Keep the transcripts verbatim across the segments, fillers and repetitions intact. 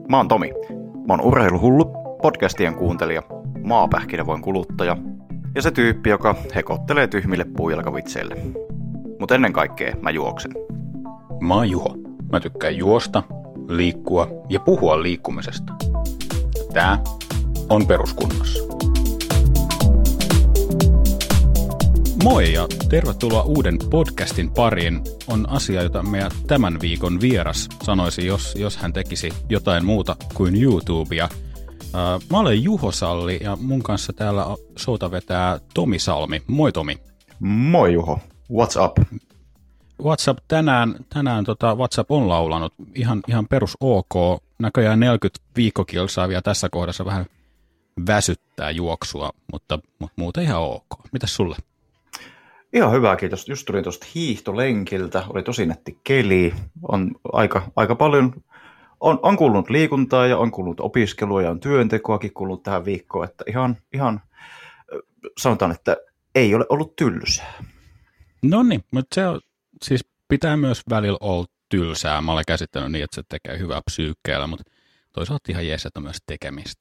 Mä oon Tomi. Mä oon urheiluhullu, podcastien kuuntelija, maapähkinävoin kuluttaja ja se tyyppi, joka hekottelee tyhmille puujalkavitseille. Mut ennen kaikkea mä juoksen. Mä oon Juho. Mä tykkään juosta, liikkua ja puhua liikkumisesta. Tää on Peruskunnossa. Moi ja tervetuloa uuden podcastin pariin. On asia, jota meidän tämän viikon vieras sanoisi, jos, jos hän tekisi jotain muuta kuin YouTubea. Mä olen Juho Salli ja mun kanssa täällä showta vetää Tomi Salmi. Moi Tomi. Moi Juho. What's up? WhatsApp tänään, tänään tota WhatsApp on laulanut ihan, ihan perus ok. Näköjään neljäkymmentä viikkokilsaa vielä tässä kohdassa vähän väsyttää juoksua, mutta, mutta muuten ihan ok. Mitäs sulle? Ihan hyvä, kiitos. Just tulin tuosta hiihtolenkiltä, oli tosi nätti keli, on aika, aika paljon, on, on kuulunut liikuntaa ja on kuulunut opiskelua ja on työntekoakin kuulunut tähän viikkoon, että ihan, ihan sanotaan, että ei ole ollut tylsää. No niin, mutta se on, siis pitää myös välillä olla tylsää. Mä olen käsittänyt niin, että se tekee hyvää psyykkeellä, mutta toisaalta ihan jees, että on myös tekemistä.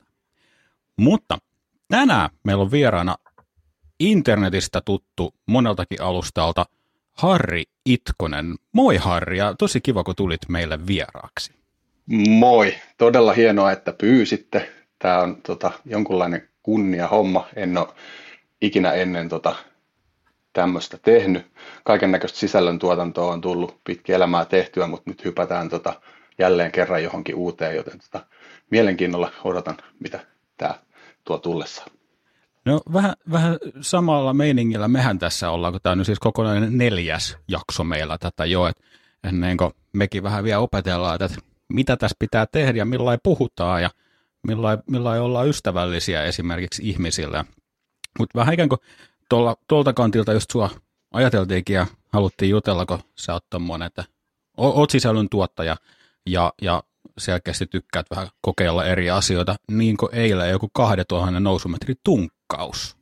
Mutta tänään meillä on vieraana internetistä tuttu moneltakin alustalta Harri Itkonen. Moi Harri, ja tosi kiva, kun tulit meille vieraaksi. Moi, todella hienoa, että pyysitte. Tämä on tota, jonkunlainen kunnia homma. En ole ikinä ennen tota, tämmöistä tehnyt. Kaiken näköistä sisällöntuotantoa on tullut pitkin elämää tehtyä, mutta nyt hypätään tota, jälleen kerran johonkin uuteen, joten tota, mielenkiinnolla odotan, mitä tämä tuo tullessaan. No vähän, vähän samalla meiningillä mehän tässä ollaan, kun tämä on siis kokonainen neljäs jakso meillä tätä jo, että ennen kuin mekin vähän vielä opetellaan, että mitä tässä pitää tehdä ja millain puhutaan ja millain, millain ollaan ystävällisiä esimerkiksi ihmisille. Mutta vähän ikään kuin tuolla, tuolta kantilta just sua ajateltiinkin ja haluttiin jutella, kun sä oot tommoinen, että oot sisällön tuottaja ja, ja selkeästi tykkäät vähän kokeilla eri asioita, niin kuin eilen joku kahdentuhannen nousumetrin tunkkaus.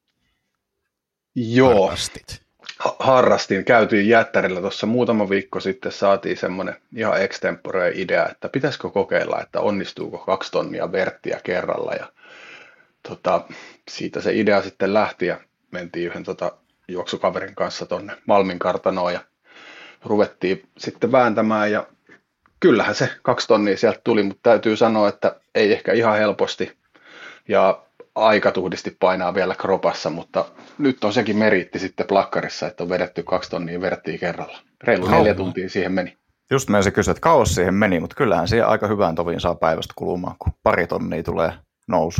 Joo, harrastit. Ha- harrastin. Käytiin jättärillä tuossa muutama viikko sitten, saatiin semmoinen ihan extempore idea, että pitäisikö kokeilla, että onnistuuko kaksi tonnia verttiä kerralla. Ja tota, siitä se idea sitten lähti ja mentiin yhden tota, juoksukaverin kanssa tuonne Malmin kartanoon ja ruvettiin sitten vääntämään ja kyllähän se kaksi tonnia sieltä tuli, mutta täytyy sanoa, että ei ehkä ihan helposti ja aika tuhdisti painaa vielä kropassa, mutta nyt on sekin meriitti sitten plakkarissa, että on vedetty kaksi tonnia verttiä kerralla. Reilu Kauan. neljä tuntia siihen meni. Just mä se kysyä, että kauas siihen meni, mutta kyllähän siihen aika hyvään toviin saa päivästä kulumaan, kun pari tonnia tulee nousu.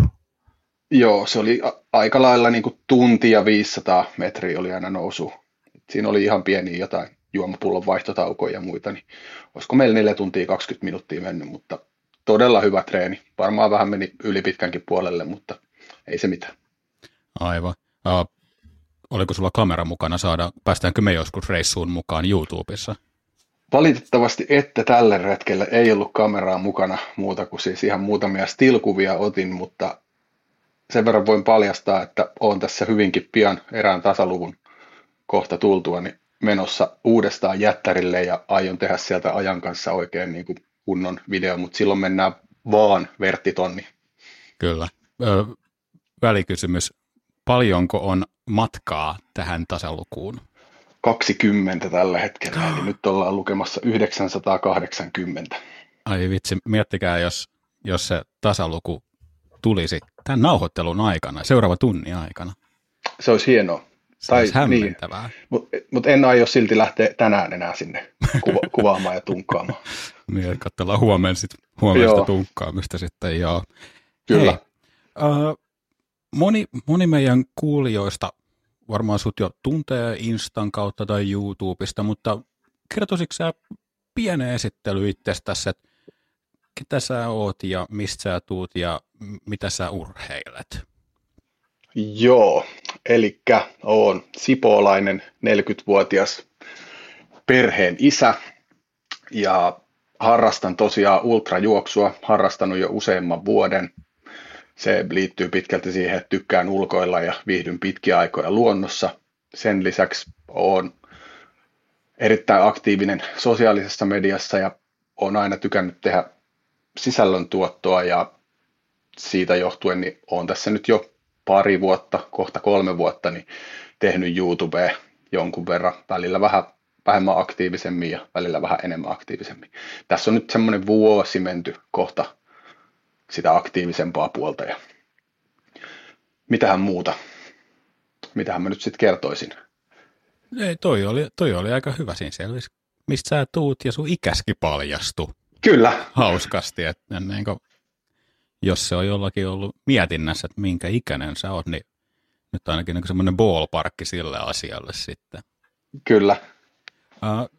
Joo, se oli a- aika lailla niin kuin tunti ja viisisataa metriä oli aina nousu. Siinä oli ihan pieniä jotain juomapullon vaihtotaukoja ja muita, niin olisiko meillä neljä tuntia kaksikymmentä minuuttia mennyt, mutta todella hyvä treeni. Varmaan vähän meni yli pitkänkin puolelle, mutta ei se mitään. Aivan. Uh, oliko sulla kamera mukana saada, päästäänkö me joskus reissuun mukaan YouTubessa? Valitettavasti että tällä retkellä ei ollut kameraa mukana muuta kuin siis ihan muutamia stilkuvia otin, mutta sen verran voin paljastaa, että olen tässä hyvinkin pian erään tasaluvun kohta tultua, niin menossa uudestaan jättärille ja aion tehdä sieltä ajan kanssa oikein niin kuin kunnon video, mutta silloin mennään vaan verttitonni. Kyllä. Ö, välikysymys. Paljonko on matkaa tähän tasalukuun? kaksikymmentä tällä hetkellä, eli nyt ollaan lukemassa yhdeksänsataakahdeksankymmentä. Ai vitsi, miettikää, jos, jos se tasaluku tulisi tämän nauhoittelun aikana, seuraava tunnin aikana. Se olisi hienoa. Se olisi hämmentävää. Niin, mutta mut en aio silti lähteä tänään enää sinne kuva- kuvaamaan ja tunkkaamaan. Niin, katsellaan huomenna sit, huomenna sitä tunkkaamista sitten, joo. Kyllä. Hei, äh, moni, moni meidän kuulijoista varmaan sut jo tuntee Instan kautta tai YouTubesta, mutta kertoisitko sä pienen esittely itsestäsi, että ketä sä oot ja mistä sä tuut ja mitä sä urheilet? Joo, eli olen sipoolainen neljäkymmentävuotias perheen isä ja harrastan tosiaan ultrajuoksua, harrastanut jo useamman vuoden. Se liittyy pitkälti siihen, että tykkään ulkoilla ja viihdyn pitkiä aikoja luonnossa. Sen lisäksi olen erittäin aktiivinen sosiaalisessa mediassa ja olen aina tykännyt tehdä sisällöntuottoa ja siitä johtuen niin olen tässä nyt jo pari vuotta, kohta kolme vuotta, niin tehnyt YouTubea jonkun verran, välillä vähän vähemmän aktiivisemmin ja välillä vähän enemmän aktiivisemmin. Tässä on nyt semmoinen vuosi menty kohta sitä aktiivisempaa puolta ja mitähän muuta, mitähän mä nyt sitten kertoisin. Ei, toi oli, toi oli aika hyvä siinä selvisi, mistä sä tuut ja sun ikäskin paljastui. Kyllä. Hauskasti, että niin kuin, jos se on jollakin ollut mietinnässä, että minkä ikäinen sä oot, niin nyt ainakin niin semmoinen ballparkki sille asialle sitten. Kyllä. Uh,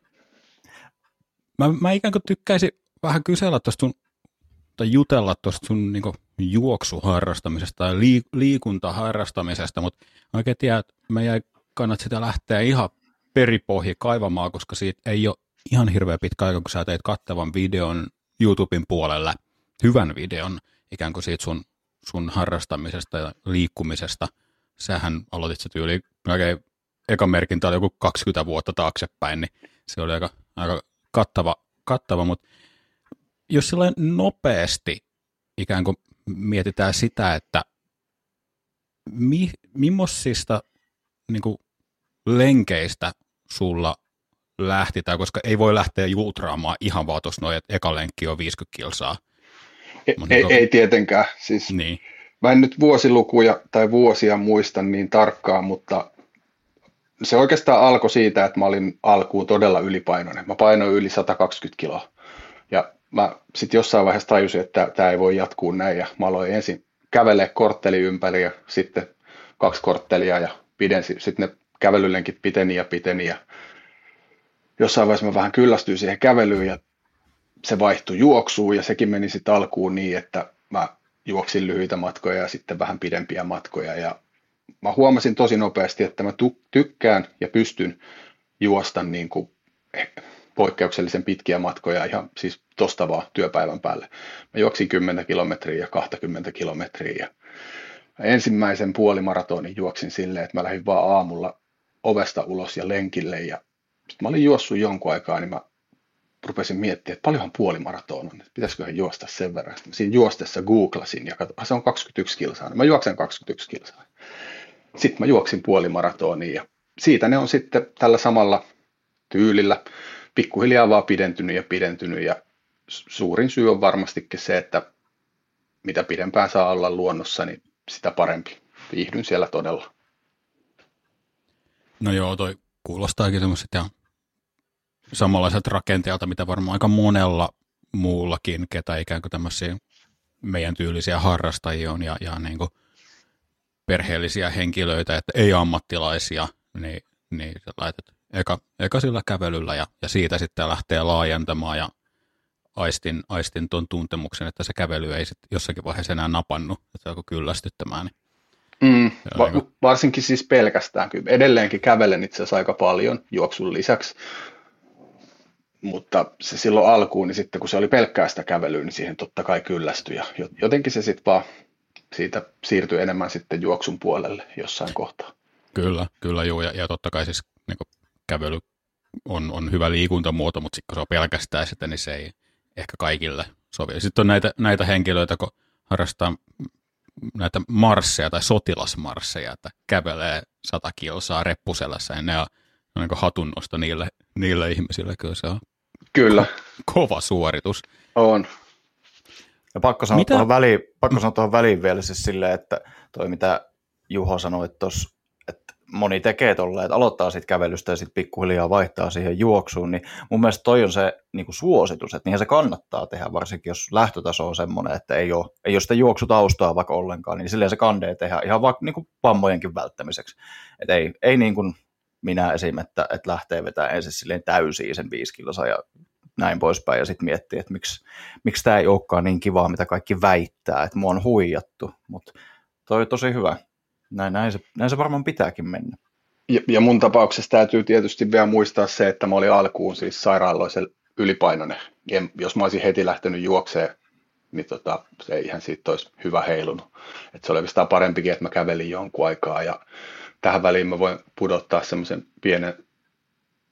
mä, mä ikään kuin tykkäisin vähän kysellä tuosta sun, tai jutella tuosta sun niin kuin juoksuharrastamisesta tai liik- liikuntaharrastamisesta, mutta oikein tiedä, että meidän ei kannata sitä lähteä ihan peripohja kaivamaan, koska siitä ei ole ihan hirveän pitkä aika, kun sä teit kattavan videon YouTuben puolelle, hyvän videon ikään kuin siitä sun, sun harrastamisesta ja liikkumisesta. Sähän aloitit se tyyli, oikein eka merkintä oli joku kaksikymmentä vuotta taaksepäin, niin se oli aika, aika kattava, kattava, mutta jos sellainen nopeasti ikään kuin mietitään sitä, että mi, millaisista niin kuin lenkeistä sulla lähti, tai koska ei voi lähteä ultraamaan ihan vaan tuossa noin, että eka lenkki on viisikymmentä kilsaa. Ei, ei, niin, ei tietenkään. Siis niin. Mä en nyt vuosilukuja tai vuosia muista niin tarkkaan, mutta se oikeastaan alkoi siitä, että mä olin alkuun todella ylipainoinen. Mä painoin yli sata kaksikymmentä kiloa. Ja mä sitten jossain vaiheessa tajusin, että tämä ei voi jatkuu näin. Ja mä aloin ensin kävelee kortteli ympäri ja sitten kaksi korttelia ja pidensi. Sitten ne kävelylenkit piteni ja piteni. Ja jossain vaiheessa mä vähän kyllästyin siihen kävelyyn ja se vaihtui juoksuun. Ja sekin meni sitten alkuun niin, että mä juoksin lyhyitä matkoja ja sitten vähän pidempiä matkoja. Ja mä huomasin tosi nopeasti, että mä tykkään ja pystyn juosta niin kuin poikkeuksellisen pitkiä matkoja ihan siis tosta vaan työpäivän päälle. Mä juoksin kymmenen kilometriä ja kaksikymmentä kilometriä. Ja ensimmäisen puolimaratonin juoksin silleen, että mä lähdin vaan aamulla ovesta ulos ja lenkille. Ja sitten mä olin juossut jonkun aikaa, niin mä rupesin miettimään, että paljonhan puolimaraton on, että pitäisiköhän juosta sen verran. Sitten siinä juostessa googlasin ja katsoin, se on kaksikymmentäyksi kilsaa, niin mä juoksen kaksikymmentäyksi kilsaa. Sitten mä juoksin puolimaratonin ja siitä ne on sitten tällä samalla tyylillä pikkuhiljaa vaan pidentynyt ja pidentynyt ja suurin syy on varmastikin se, että mitä pidempään saa olla luonnossa, niin sitä parempi. Viihdyn siellä todella. No joo, toi kuulostaakin semmoiset ja samanlaiset rakenteelta, mitä varmaan aika monella muullakin, ketä ikään kuin tämmöisiä meidän tyylisiä harrastajia on ja, ja niin kuin perheellisiä henkilöitä, että ei ammattilaisia, niin, niin sä laitat eka, eka sillä kävelyllä ja, ja siitä sitten lähtee laajentamaan ja aistin, aistin tuon tuntemuksen, että se kävely ei sitten jossakin vaiheessa enää napannut, että se alkoi kyllästyttämään. Niin mm, va- niin kuin... Varsinkin siis pelkästään. Kyllä edelleenkin kävelen itse asiassa aika paljon juoksun lisäksi, mutta se silloin alkuun, niin sitten kun se oli pelkkää sitä kävelyä, niin siihen totta kai kyllästyi ja jotenkin se sitten vaan siitä siirtyi enemmän sitten juoksun puolelle jossain kohtaa. Kyllä, kyllä joo, ja, ja totta kai siis niin kävely on, on hyvä liikuntamuoto, mutta sitten kun se on pelkästään sitä, niin se ei ehkä kaikille sovi. Sitten on näitä, näitä henkilöitä, kun harrastaa näitä marsseja tai sotilasmarsseja, että kävelee sata kilsaa reppuselässä, ja ne on, on niin hatunnosto niille, niille ihmisille, kyllä se on kyllä. Ko- kova suoritus. On. Ja pakko sanoa, tuohon väliin, pakko sanoa tuohon väliin vielä siis silleen, että toi mitä Juho sanoi tuossa, että moni tekee tolleen, että aloittaa siitä kävelystä ja sitten pikkuhiljaa vaihtaa siihen juoksuun, niin mun mielestä toi on se niin kuin suositus, että niinhän se kannattaa tehdä, varsinkin jos lähtötaso on semmoinen, että ei ole, ei ole sitä juoksutaustaa vaikka ollenkaan, niin silleen se kandee tehdä ihan vaikka niin kuin vammojenkin välttämiseksi. Että ei, ei niin kuin minä esim, että, että lähtee vetämään ensin silleen täysiä sen viisi kilsaa ja näin poispäin, ja sitten miettii, että miksi, miksi tämä ei olekaan niin kivaa, mitä kaikki väittää, että mua on huijattu, mutta toi on tosi hyvä. Näin, näin, se, näin se varmaan pitääkin mennä. Ja, ja mun tapauksessa täytyy tietysti vielä muistaa se, että mä olin alkuun siis sairaaloisen ylipainoinen. Ja jos mä olisin heti lähtenyt juokseen, niin tota, se ei ihan siitä olisi hyvä heilunut. Et se oli oikeastaan parempikin, että mä kävelin jonkun aikaa, ja tähän väliin mä voin pudottaa semmoisen pienen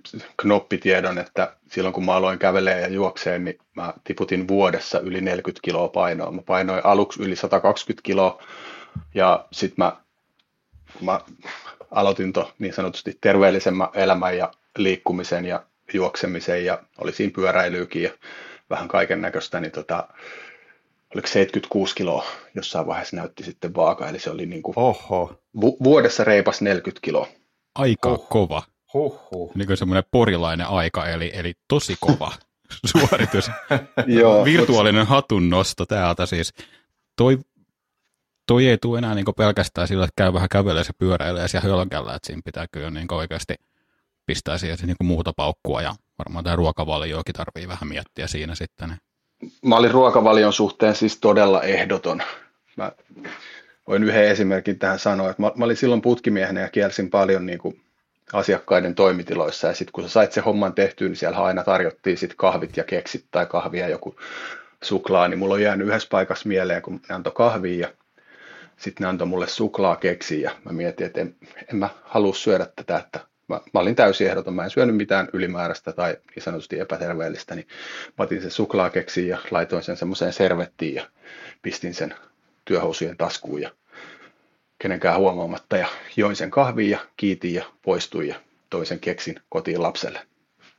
knoppitiedon, että silloin kun mä aloin kävelemään ja juokseen, niin mä tiputin vuodessa yli neljäkymmentä kiloa painoa. Mä painoin aluksi yli sata kaksikymmentä kiloa ja sitten mä, kun mä aloitin to, niin sanotusti terveellisemmän elämän ja liikkumisen ja juoksemisen ja oli siinä pyöräilyykin ja vähän kaiken näköistä, niin tota, oliko seitsemänkymmentäkuusi kiloa jossain vaiheessa näytti sitten vaaka, eli se oli niin kuin Oho. vu- vuodessa reipas neljäkymmentä kiloa. Aika Huh. kova. Huhhuh. Niin kuin semmoinen porilainen aika, eli, eli tosi kova suoritus. Joo, Virtuaalinen hatunnosto täältä siis. Toi, toi ei tule enää niin pelkästään sillä, että käy vähän kävelee ja pyöräilee ja hölkällä, että siinä pitää kyllä niin oikeasti pistää siihen niin muuta paukkua ja varmaan tämä ruokavalioakin tarvii vähän miettiä siinä sitten. Mä olin ruokavalion suhteen siis todella ehdoton. Mä voin yhden esimerkin tähän sanoa, että mä, mä olin silloin putkimiehenä ja kielsin paljon niin kuin asiakkaiden toimitiloissa ja sitten kun sä sait sen homman tehtyä, niin siellä aina tarjottiin sit kahvit ja keksit tai kahvia ja joku suklaa, niin mulla on jäänyt yhdessä paikassa mieleen, kun ne antoi kahvia ja sitten ne antoi mulle suklaakeksiä ja mä mietin, että en, en mä halua syödä tätä, että mä, mä olin täysin ehdoton, mä en syönyt mitään ylimääräistä tai niin sanotusti epäterveellistä, niin mä otin sen suklaakeksiin ja laitoin sen semmoiseen servettiin ja pistin sen työhousujen taskuun ja kenenkään huomaamatta ja join sen kahvin ja kiitin ja poistuin ja toisen keksin kotiin lapselle.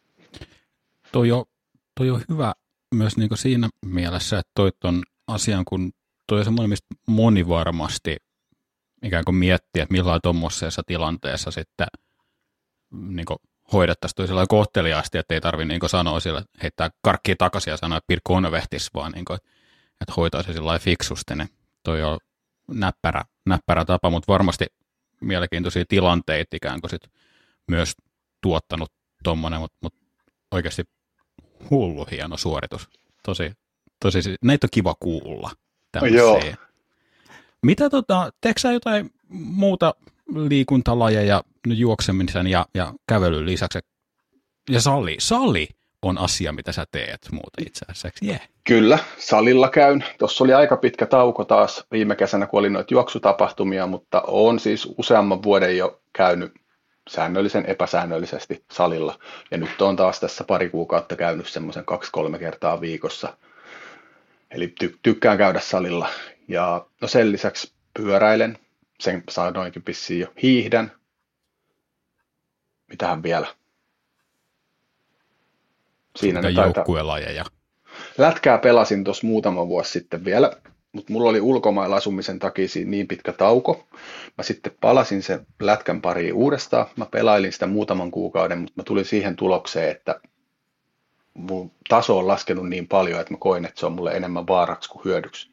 Toi on, toi on hyvä myös niin kuin siinä mielessä, että toi ton asian, kun toi on semmoinen, mistä moni varmasti ikään kuin miettii, että millain tuommoisessa tilanteessa sitten niin kuin hoidettaisiin toi sellainen kohteliaasti, että ei tarvitse niin kuin sanoa sillä, että heittää karkkia takaisin ja sanoa, että Pirkko konvehtis, vaan niin kuin, että hoitaisi sillä fiksusti, niin toi on näppärä, näppärä tapa, mutta varmasti mielenkiintoisia tilanteita ikään kuin sit myös tuottanut tuommoinen, mutta mut oikeasti hullu hieno suoritus. Tosi, tosi, näitä on kiva kuulla. Joo. Mitä tota, teetkö sä jotain muuta liikuntalajeja juoksemisen ja, ja kävelyn lisäksi? Ja sali, sali on asia, mitä sä teet muuta itse asiassa, yeah. Kyllä, salilla käyn. Tuossa oli aika pitkä tauko taas viime kesänä, kun oli noita juoksutapahtumia, mutta olen siis useamman vuoden jo käynyt säännöllisen epäsäännöllisesti salilla. Ja nyt on taas tässä pari kuukautta käynyt semmoisen kaksi-kolme kertaa viikossa. Eli ty- tykkään käydä salilla. Ja no sen lisäksi pyöräilen, sen sanoinkin vissiin jo, hiihdän. Mitähän vielä? Siinä ne taitaa. Joukkuelajeja. Lätkää pelasin tuossa muutama vuosi sitten vielä, mutta mulla oli ulkomailla asumisen takia siinä niin pitkä tauko. Mä sitten palasin sen lätkän pariin uudestaan. Mä pelailin sitä muutaman kuukauden, mutta mä tulin siihen tulokseen, että mun taso on laskenut niin paljon, että mä koin, että se on mulle enemmän vaaraksi kuin hyödyksi.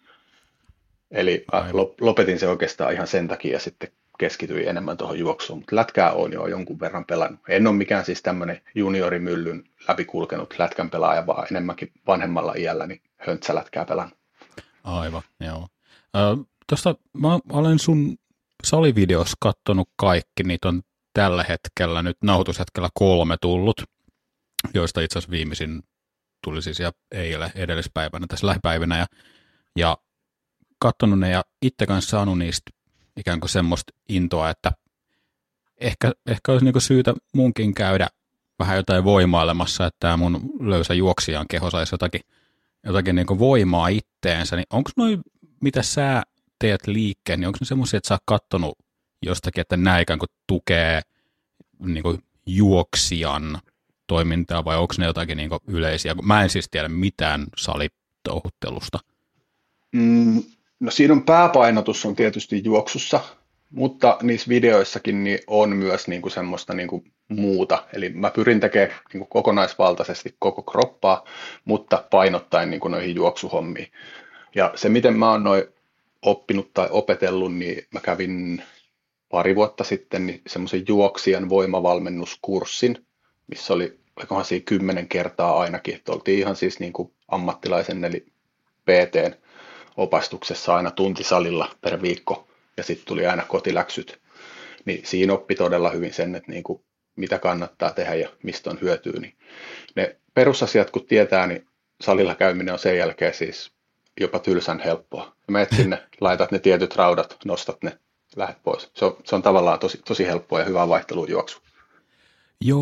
Eli mä lopetin se oikeastaan ihan sen takia ja sitten keskityin enemmän tuohon juoksuun, mutta lätkää on jo jonkun verran pelannut. En ole mikään siis tämmöinen juniorimyllyn läpikulkenut lätkän pelaaja, vaan enemmänkin vanhemmalla iällä niin höntsälätkää pelannut. Aivan, joo. Ö, Tuosta mä olen sun salivideossa kattonut kaikki, niitä on tällä hetkellä, nyt nauhoitushetkellä kolme tullut, joista itse asiassa viimeisin tuli siis ja eilen edellispäivänä tässä lähipäivänä ja, ja katsonut ne ja itse kanssa saanut niistä ikään kuin semmoista intoa, että ehkä, ehkä olisi niinku syytä munkin käydä vähän jotain voimailemassa, että tämä mun löysä juoksijan keho saisi jotakin, jotakin niinku voimaa itteensä. Niin onko noin, mitä sä teet liikkeen, niin onko ne semmoisia, että sä oot kattonut jostakin, että nämä ikään kuin tukee niinku juoksijan toimintaa vai onko ne jotakin niinku yleisiä? Mä en siis tiedä mitään salitouhuttelusta. Mm. No siinä on pääpainotus on tietysti juoksussa, mutta niissä videoissakin niin on myös niin kuin semmoista niin kuin muuta. Eli mä pyrin tekemään niin kuin kokonaisvaltaisesti koko kroppaa, mutta painottaen niin kuin noihin juoksuhommiin. Ja se, miten mä oon noin oppinut tai opetellut, niin mä kävin pari vuotta sitten niin semmoisen juoksijan voimavalmennuskurssin, missä oli, olikohan siinä kymmenen kertaa ainakin, että oltiin ihan siis niin kuin ammattilaisen eli P T:n opastuksessa aina tuntisalilla per viikko ja sitten tuli aina kotiläksyt, niin siinä oppi todella hyvin sen, että niin kuin, mitä kannattaa tehdä ja mistä on hyötyä. Niin ne perusasiat kun tietää, niin salilla käyminen on sen jälkeen siis jopa tylsän helppoa. Menet sinne, laitat ne tietyt raudat, nostat ne, lähdet pois. Se on, se on tavallaan tosi, tosi helppoa ja hyvää vaihtelua juoksu. Joo, ja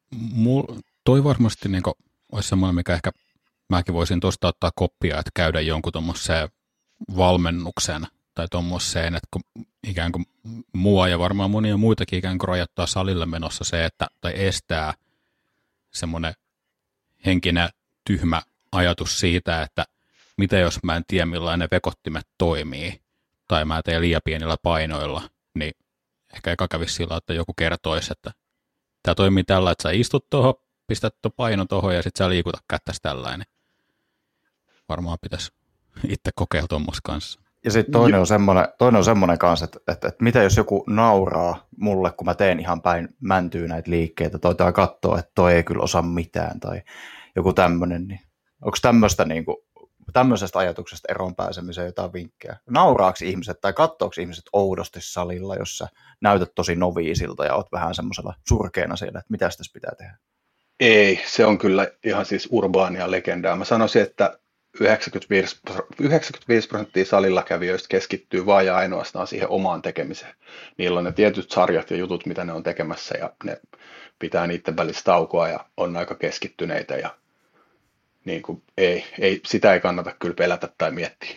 Mul, toi varmasti niin olisi semmoinen, mikä ehkä mäkin voisin tuosta ottaa koppia, että käydä jonkun tuommoiseen valmennuksen tai tuommoiseen, että kun ikään kuin mua ja varmaan monia muitakin ikään kuin rajoittaa salille menossa se, että tai estää semmoinen henkinen tyhmä ajatus siitä, että mitä jos mä en tiedä millainen vekottimet toimii tai mä teen liian pienillä painoilla, niin ehkä eka kävisi sillä, että joku kertoisi, että tämä toimii tällä, että sä istut tuohon, pistät tuon paino tuohon ja sitten sä liikuta kättäsi tällainen. Varmaan pitäisi itse kokeilla tuommoista kanssa. Ja sitten toinen on semmoinen, toinen on semmoinen kanssa, että, että, että mitä jos joku nauraa mulle, kun mä teen ihan päin mäntyy näitä liikkeitä, toi tää katsoo, että toi ei kyllä osaa mitään tai joku tämmöinen, niin onko tämmöistä niin kuin, tämmöisestä ajatuksesta eroon pääsemiseen jotain vinkkejä? Nauraako ihmiset tai katsoako ihmiset oudosti salilla, jos sä näytät tosi noviisilta ja oot vähän semmoisella surkeana siellä, että mitä tässä pitää tehdä? Ei, se on kyllä ihan siis urbaania legendaa. Mä sanoisin, että yhdeksänkymmentäviisi prosenttia salilla kävijöistä keskittyy vain ja ainoastaan siihen omaan tekemiseen. Niillä on ne tietyt sarjat ja jutut, mitä ne on tekemässä ja ne pitää niiden välissä taukoa ja on aika keskittyneitä ja niin kuin, ei, ei, sitä ei kannata kyllä pelätä tai miettiä.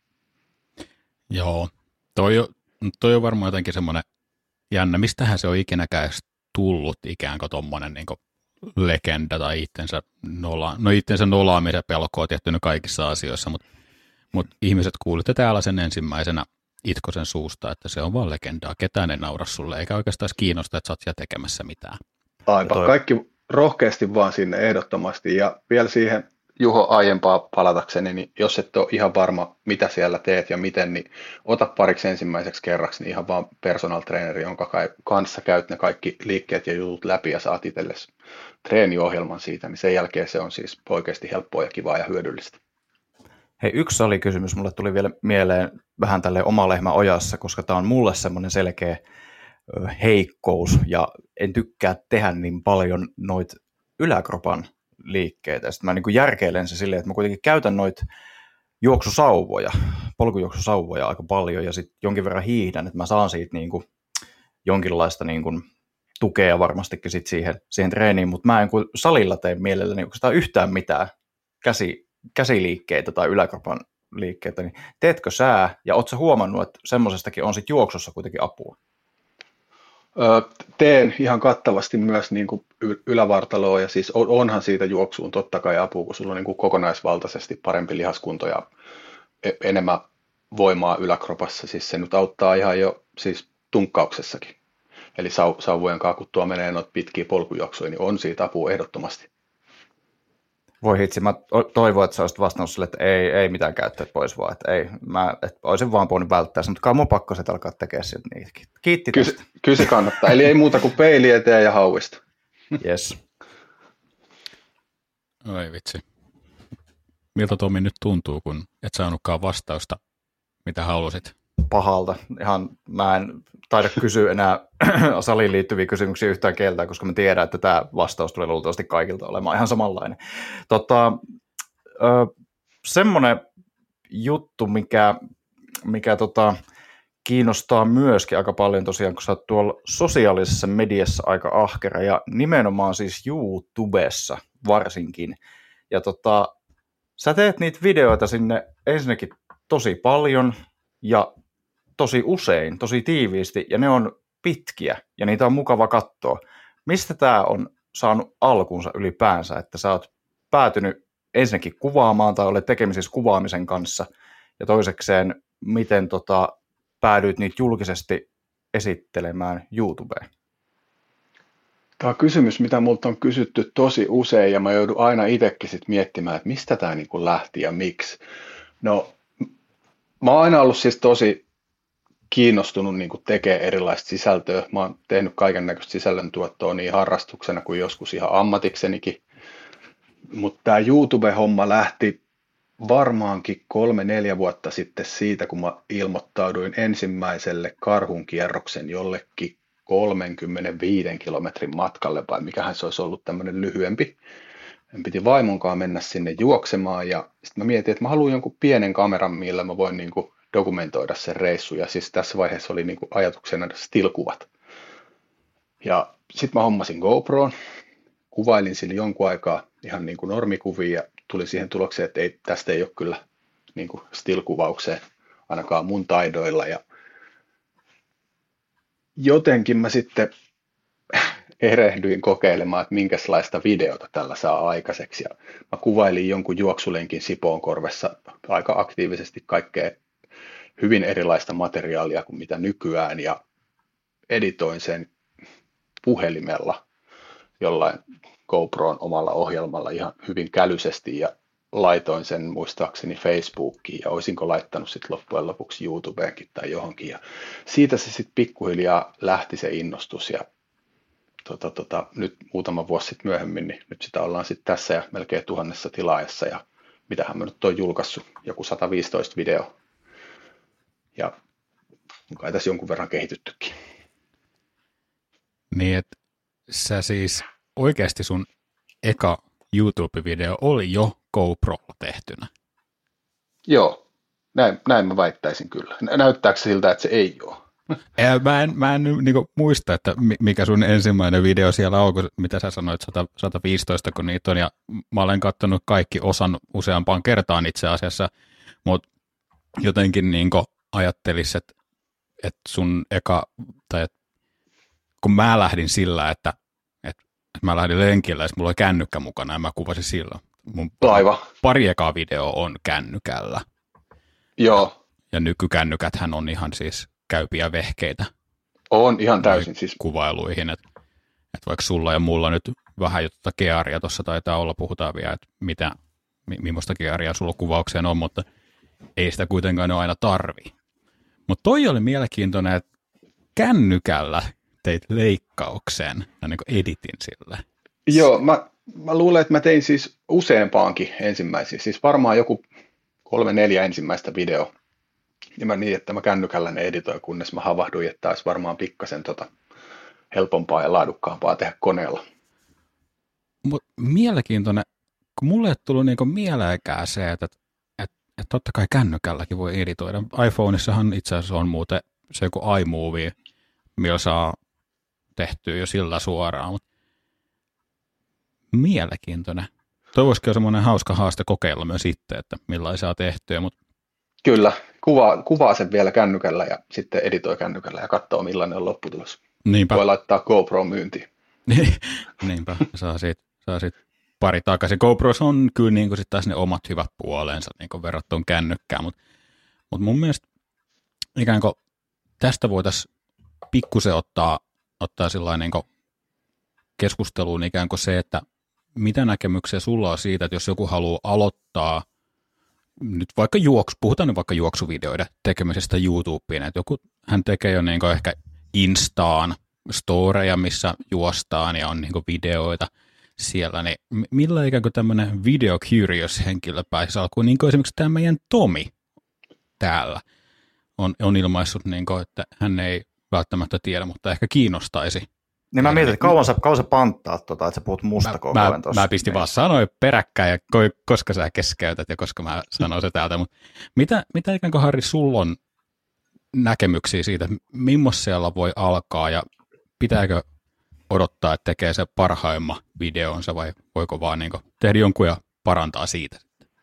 Joo, toi on, toi on varmaan jotenkin semmoinen jännä, mistähän se on ikinäkään tullut ikään kuin tommoinen niin kuin legenda tai itsensä, nola, no itsensä nolaamisen pelko on tietty kaikissa asioissa, mutta, mutta ihmiset kuulitte täällä sen ensimmäisenä Itkosen suusta, että se on vaan legendaa, ketään ei naura sulle, eikä oikeastaan kiinnosta, että sä oot siellä tekemässä mitään. Aipa, toi... kaikki rohkeasti vaan sinne ehdottomasti ja vielä siihen Juho aiempaa palatakseni, niin jos et ole ihan varma, mitä siellä teet ja miten, niin ota pariksi ensimmäiseksi kerraksi niin ihan vaan personal traineri, jonka kanssa käyt ne kaikki liikkeet ja jutut läpi ja saat itsellesi treeniohjelman siitä, niin sen jälkeen se on siis oikeasti helppoa ja kivaa ja hyödyllistä. Hei, yksi salikysymys mulle tuli vielä mieleen vähän tälle oma lehmä ojassa, koska tämä on mulle semmoinen selkeä heikkous ja en tykkää tehdä niin paljon noita yläkropan liikkeitä. Sitten mä niin kuin järkeilen se silleen, että mä kuitenkin käytän noita juoksusauvoja, polkujuoksusauvoja aika paljon ja sitten jonkin verran hiihdän, että mä saan siitä niin kuin jonkinlaista niin kuin tukea varmastikin sit siihen, siihen treeniin, mutta mä en kuin salilla tee mielelläni oikeastaan yhtään mitään käsi, käsiliikkeitä tai yläkropan liikkeitä, niin teetkö sä ja ootko sä huomannut, että semmoisestakin on sit juoksussa kuitenkin apua? Teen ihan kattavasti myös niin kuin ylävartaloa ja siis onhan siitä juoksuun totta kai apua, kun sulla on niin kuin kokonaisvaltaisesti parempi lihaskunto ja enemmän voimaa yläkropassa. Siis se nyt auttaa ihan jo siis tunkkauksessakin. Eli sau, sauvojen kanssa, kun tuo menee noita pitkiä polkujuoksuja, niin on siitä apua ehdottomasti. Voi hitsi, mä toivon, että sä olisit vastannut sille, että ei, ei mitään käyttöä pois vaan, että ei, mä että olisin vaan voinut välttää sen, mutta kai mun pakko sitten alkaa tekemään sieltä niitä. Kiitti Ky- tästä. Kyllä se kannattaa, eli ei muuta kuin peili eteen ja hauista. Yes. Oi vitsi. Miltä Tomi nyt tuntuu, kun et saanutkaan vastausta, mitä halusit? Pahalta. Ihan mä en taida kysyä enää saliin liittyviä kysymyksiä yhtään kieltä, koska mä tiedän, että tämä vastaus tulee luultavasti kaikilta olemaan ihan samanlainen. Tota, ö, semmoinen juttu, mikä, mikä tota, kiinnostaa myöskin aika paljon tosiaan, kun sä oot tuolla sosiaalisessa mediassa aika ahkera, ja nimenomaan siis YouTubessa varsinkin. Ja tota, sä teet niitä videoita sinne ensinnäkin tosi paljon, ja tosi usein, tosi tiiviisti, ja ne on pitkiä, ja niitä on mukava katsoa. Mistä tämä on saanut alkunsa ylipäänsä, että sä oot päätynyt ensinnäkin kuvaamaan, tai olet tekemisissä kuvaamisen kanssa, ja toisekseen, miten tota, päädyit niitä julkisesti esittelemään YouTubeen? Tämä on kysymys, mitä multa on kysytty tosi usein, ja mä joudun aina itsekin sit miettimään, että mistä tämä niinku lähti ja miksi. No, mä oon aina ollut siis tosi kiinnostunut niin tekemään erilaista sisältöä. Mä oon tehnyt kaiken näköistä sisällöntuottoa niin harrastuksena kuin joskus ihan ammatiksenikin. Mutta tämä YouTube-homma lähti varmaankin kolme, neljä vuotta sitten siitä, kun mä ilmoittauduin ensimmäiselle karhunkierroksen jollekin kolmekymmentäviisi kilometrin matkalle, vai mikähän se olisi ollut tämmöinen lyhyempi. En piti vaimonkaan mennä sinne juoksemaan, ja sitten mä mietin, että mä haluan jonkun pienen kameran, millä mä voin niin kuin dokumentoida sen reissu, ja siis tässä vaiheessa oli niin kuin ajatuksena still-kuvat. Ja sitten mä hommasin GoProon, kuvailin sillä jonkun aikaa ihan niin kuin normikuvia ja tuli siihen tulokseen, että ei, tästä ei ole kyllä niin kuin still-kuvaukseen ainakaan mun taidoilla. Ja jotenkin mä sitten erehdyin kokeilemaan, että minkälaista videota tällä saa aikaiseksi. Ja mä kuvailin jonkun juoksulenkin Sipoonkorvessa aika aktiivisesti kaikkea hyvin erilaista materiaalia kuin mitä nykyään, ja editoin sen puhelimella jollain GoPron omalla ohjelmalla ihan hyvin kälyisesti ja laitoin sen muistaakseni Facebookiin ja olisinko laittanut sitten loppujen lopuksi YouTubeenkin tai johonkin. Ja siitä se sitten pikkuhiljaa lähti se innostus ja tota, tota, nyt muutama vuosi sitten myöhemmin, niin nyt sitä ollaan sitten tässä ja melkein tuhannessa tilaajassa ja mitähän mä nyt oon julkaissut, joku sata viisitoista video ja kai tässä jonkun verran kehityttykin. Niin, että sä siis oikeasti sun eka YouTube-video oli jo GoProlla tehtynä. Joo, näin, näin mä väittäisin kyllä. Näyttääkö siltä, että se ei ole? Ja mä en, mä en niin muista, että mikä sun ensimmäinen video siellä on, mitä sä sanoit, sata, sata viisitoista, kun niitä on, ja mä olen katsonut kaikki osan useampaan kertaan itse asiassa, mutta jotenkin niin ajattelis, että, että sun eka, tai että kun mä lähdin sillä, että, että mä lähdin lenkillä, ja mulla oli kännykkä mukana, ja mä kuvasin sillä. Mun Aivan. Pari ekaa video on kännykällä. Joo. Ja nykykännykäthän on ihan siis käypiä vehkeitä. On ihan täysin siis. Kuvailuihin, että, että vaikka sulla ja mulla nyt vähän jotta gearia tuossa taitaa olla, puhutaan vielä, että mitä, millaista gearia sulla kuvaukseen on, mutta ei sitä kuitenkaan ole aina tarvi. Mutta toi oli mielenkiintoinen, että kännykällä teit leikkauksen ja niin kuin editin sille. Joo, mä, mä luulen, että mä tein siis useampaankin ensimmäisiä, siis varmaan joku kolme neljä ensimmäistä videoa. Ja mä niin, että mä kännykällä ne editoin, kunnes mä havahduin, että olisi varmaan pikkasen tota helpompaa ja laadukkaampaa tehdä koneella. Mut mielenkiintoinen, kun mulle ei tullut niinku mieleenkään se, että, että, että, että totta kai kännykälläkin voi editoida. iPhoneissahan itse asiassa on muuten se joku iMovie, millä saa tehtyä jo sillä suoraan, mutta mielenkiintoinen. Toivoisikin on semmoinen hauska haaste kokeilla myös itse, että millaisia saa tehtyä, mutta kyllä, kuvaa, kuvaa sen vielä kännykällä ja sitten editoi kännykällä ja katsoo millainen on lopputulos. Niinpä. Voi laittaa GoPro myyntiin. Niinpä, saa siitä, saa siitä pari takaisin. GoPros on kyllä niin kuin sit taas ne omat hyvät puoleensa niin kuin verrattuna kännykkään, mutta, mutta mun mielestä ikään kuin tästä voitaisiin pikkusen ottaa, ottaa sillain niin kuin keskusteluun ikään kuin se, että mitä näkemyksiä sulla on siitä, että jos joku haluaa aloittaa nyt vaikka juoksu, puhutaan nyt vaikka juoksuvideoiden tekemisestä YouTubeen, että joku hän tekee jo niin kuin ehkä Instaan storeja, missä juostaan ja on niin kuin videoita siellä, niin millä ikään kuin tämmöinen video curious henkilö pääsisi alkuun, niin kuin esimerkiksi tämä meidän Tomi täällä on, on ilmaissut, niin kuin, että hän ei välttämättä tiedä, mutta ehkä kiinnostaisi. Niin mä mietin, että kauan sä, kauan sä panttaa, tota, että sä puhut musta mä, koko ajan tuossa. Mä pistin vaan sanoin peräkkäin, ja koska sä keskeytät ja koska mä sanoin se täältä. Mutta mitä, mitä ikään kuin Harri, sulla on näkemyksiä siitä, millaisella voi alkaa ja pitääkö odottaa, että tekee se parhaimman videonsa vai voiko vaan niin kuin tehdä jonkun ja parantaa siitä?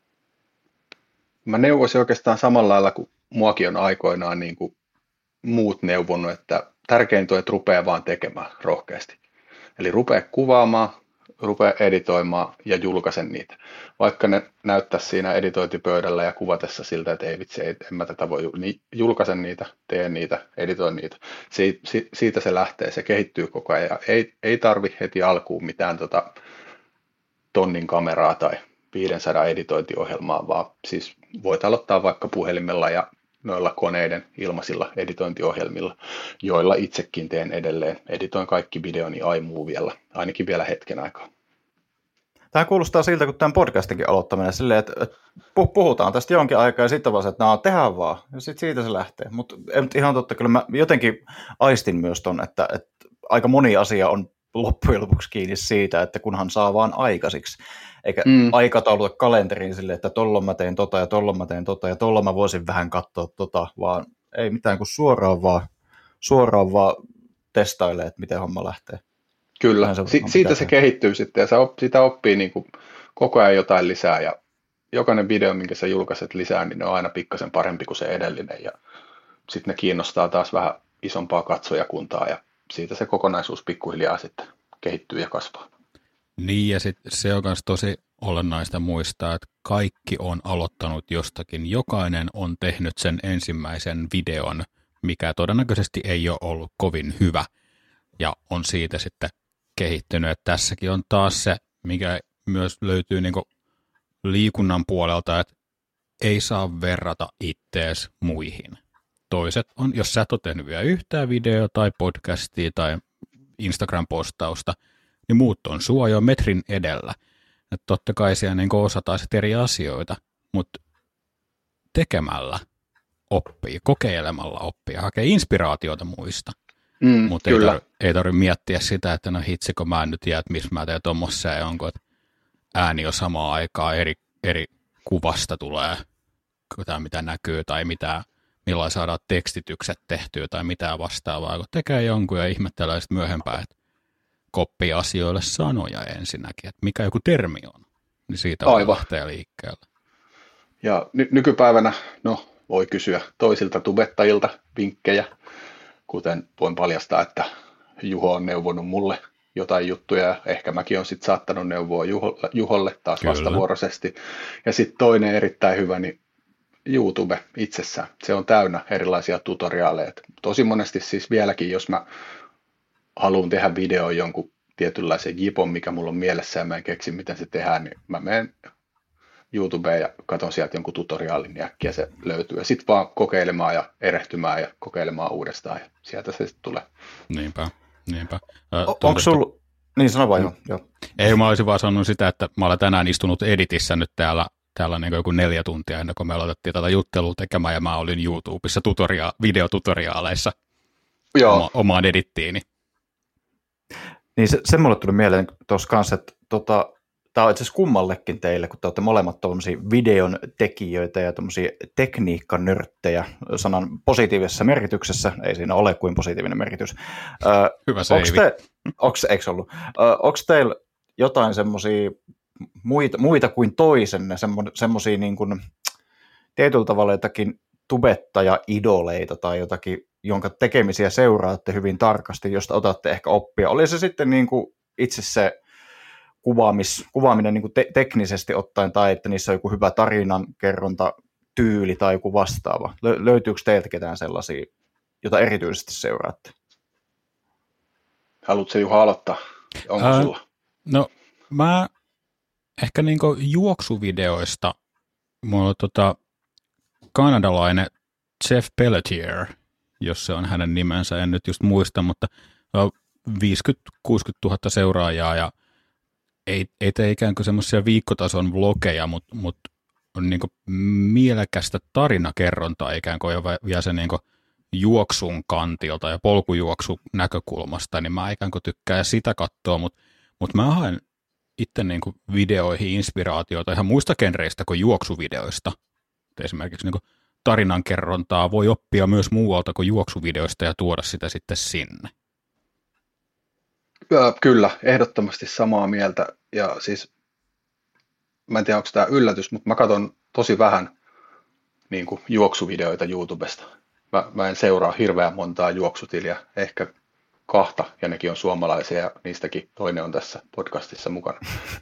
Mä neuvoisin oikeastaan samalla lailla kuin muakin on aikoinaan niin kuin muut neuvonut, että tärkeintä on, että rupeaa vaan tekemään rohkeasti. Eli rupea kuvaamaan, rupea editoimaan ja julkaisen niitä. Vaikka ne näyttäisi siinä editointipöydällä ja kuvatessa siltä, että ei vitsi, en mä tätä voi, niin julkaisen niitä, teen niitä, editoin niitä. Si- si- siitä se lähtee, se kehittyy koko ajan. Ei, ei tarvi heti alkuun mitään tota tonnin kameraa tai viisisataa editointiohjelmaa, vaan siis voit aloittaa vaikka puhelimella ja noilla koneiden ilmaisilla editointiohjelmilla, joilla itsekin teen edelleen. Editoin kaikki videoni iMoviella, ainakin vielä hetken aikaa. Tämä kuulostaa siltä, kun tämän podcastinkin aloittaminen silleen, että puhutaan tästä jonkin aikaa ja sitten vaan, että no, tehdään vaan, ja sitten siitä se lähtee. Mutta ihan totta, kyllä mä jotenkin aistin myös ton, että, että aika moni asia on loppujen lopuksi kiinni siitä, että kunhan saa vaan aikaisiksi. Eikä mm. aikatauluta kalenteriin silleen, että tolla mä tein tota ja tolla mä tein tota ja tolla mä voisin vähän katsoa tota, vaan ei mitään kuin suoraan vaan, suoraan vaan testailee, että miten homma lähtee. Kyllä, si- siitä se kehittyy sitten ja op- sitä oppii niin kuin koko ajan jotain lisää ja jokainen video, minkä sä julkaiset lisää, niin ne on aina pikkasen parempi kuin se edellinen ja sitten ne kiinnostaa taas vähän isompaa katsojakuntaa ja siitä se kokonaisuus pikkuhiljaa sitten kehittyy ja kasvaa. Niin ja sitten se on myös tosi olennaista muistaa, että kaikki on aloittanut jostakin. Jokainen on tehnyt sen ensimmäisen videon, mikä todennäköisesti ei ole ollut kovin hyvä ja on siitä sitten kehittynyt. Että tässäkin on taas se, mikä myös löytyy niinku liikunnan puolelta, että ei saa verrata ittees muihin. Toiset on, jos sä et ole tehnyt vielä yhtään videoa tai podcastia tai Instagram-postausta, niin muut on sua jo metrin edellä. Että totta kai siellä niin osataan sitten eri asioita, mutta tekemällä oppii, kokeilemalla oppii, hakee inspiraatiota muista. Mm, mutta ei tarvitse ei tarvi miettiä sitä, että no hitsi, kun mä en nyt jää, että missä mä teen tuommoissa ja onko, että ääni on samaan aikaan eri, eri kuvasta tulee, tai mitä näkyy, tai mitä, milloin saadaan tekstitykset tehtyä, tai mitä vastaavaa, kun tekee jonkun ja ihmettelee sitten myöhempään, että koppii asioille sanoja ensinnäkin, että mikä joku termi on, niin siitä on lähteä liikkeelle. Ja ny- nykypäivänä, no voi kysyä toisilta tubettajilta vinkkejä, kuten voin paljastaa, että Juho on neuvonut mulle jotain juttuja, ja ehkä mäkin olen sitten saattanut neuvoa Juholle, Juholle taas Kyllä. vastavuoroisesti. Ja sitten toinen erittäin hyvä, niin YouTube itsessään. Se on täynnä erilaisia tutoriaaleja. Tosi monesti siis vieläkin, jos mä haluan tehdä video jonkun tietynlaisen jipon, mikä mulla on mielessä ja mä en keksi, miten se tehdään, niin mä menen YouTubeen ja katson sieltä jonkun tutoriaalin ja äkkiä se löytyy. Ja sitten vaan kokeilemaan ja erehtymään ja kokeilemaan uudestaan ja sieltä se sitten tulee. Niinpä, niinpä. O- onko sulla... Niin, sano vaan jo. jo. Ei, mä olisin vaan sanonut sitä, että mä olen tänään istunut editissä nyt täällä, täällä niin joku neljä tuntia ennen kuin me aloitettiin tätä juttelua tekemään ja mä olin YouTubessa tutoria- videotutoriaaleissa oma, omaan edittiini. Niin se, se mulle tuli mieleen tuossa kanssa, että tota, tämä on itse asiassa kummallekin teille, kun te olette molemmat tuollaisia videon tekijöitä ja tuollaisia tekniikkanörttejä sanan positiivisessa merkityksessä, ei siinä ole kuin positiivinen merkitys. Hyvä seivi. Te, onks, eikö ollut? Onko teillä jotain semmoisia muita, muita kuin toisenne, semmoisia niin kuin tietyllä tavalla jotakin tubettaja-idoleita tai jotakin, jonka tekemisiä seuraatte hyvin tarkasti, josta otatte ehkä oppia. Oli se sitten niin kuin itse se kuvaamis, kuvaaminen niin kuin te- teknisesti ottaen, tai että niissä on joku hyvä tarinankerronta tyyli tai joku vastaava. Lö- löytyykö teiltä ketään sellaisia, jota erityisesti seuraatte? Haluatko Juha aloittaa? Onko Ää, sulla? No mä ehkä niin kuin juoksuvideoista, mulla on tota kanadalainen Jeff Pelletier, jos se on hänen nimensä, en nyt just muista, mutta viisikymmentä kuusikymmentä tuhatta seuraajaa ja ei, ei tee ikään kuin semmoisia viikkotason vlogeja, mutta mut on niin kuin mielekästä tarinakerrontaa ikään kuin ja se niin kuin juoksun kantilta ja polkujuoksun näkökulmasta, niin mä ikään kuin tykkään sitä katsoa, mutta mut mä haen itse niin kuin videoihin inspiraatiota ihan muista genreistä kuin juoksuvideoista. Esimerkiksi niin kuin tarinankerrontaa voi oppia myös muualta kuin juoksuvideoista ja tuoda sitä sitten sinne. Kyllä, ehdottomasti samaa mieltä. Ja siis, mä en tiedä, onko tämä yllätys, mutta mä katson tosi vähän niin kuin juoksuvideoita YouTubesta. Mä, mä en seuraa hirveän montaa juoksutiliä, ehkä kahta, ja nekin on suomalaisia, ja niistäkin toinen on tässä podcastissa mukana.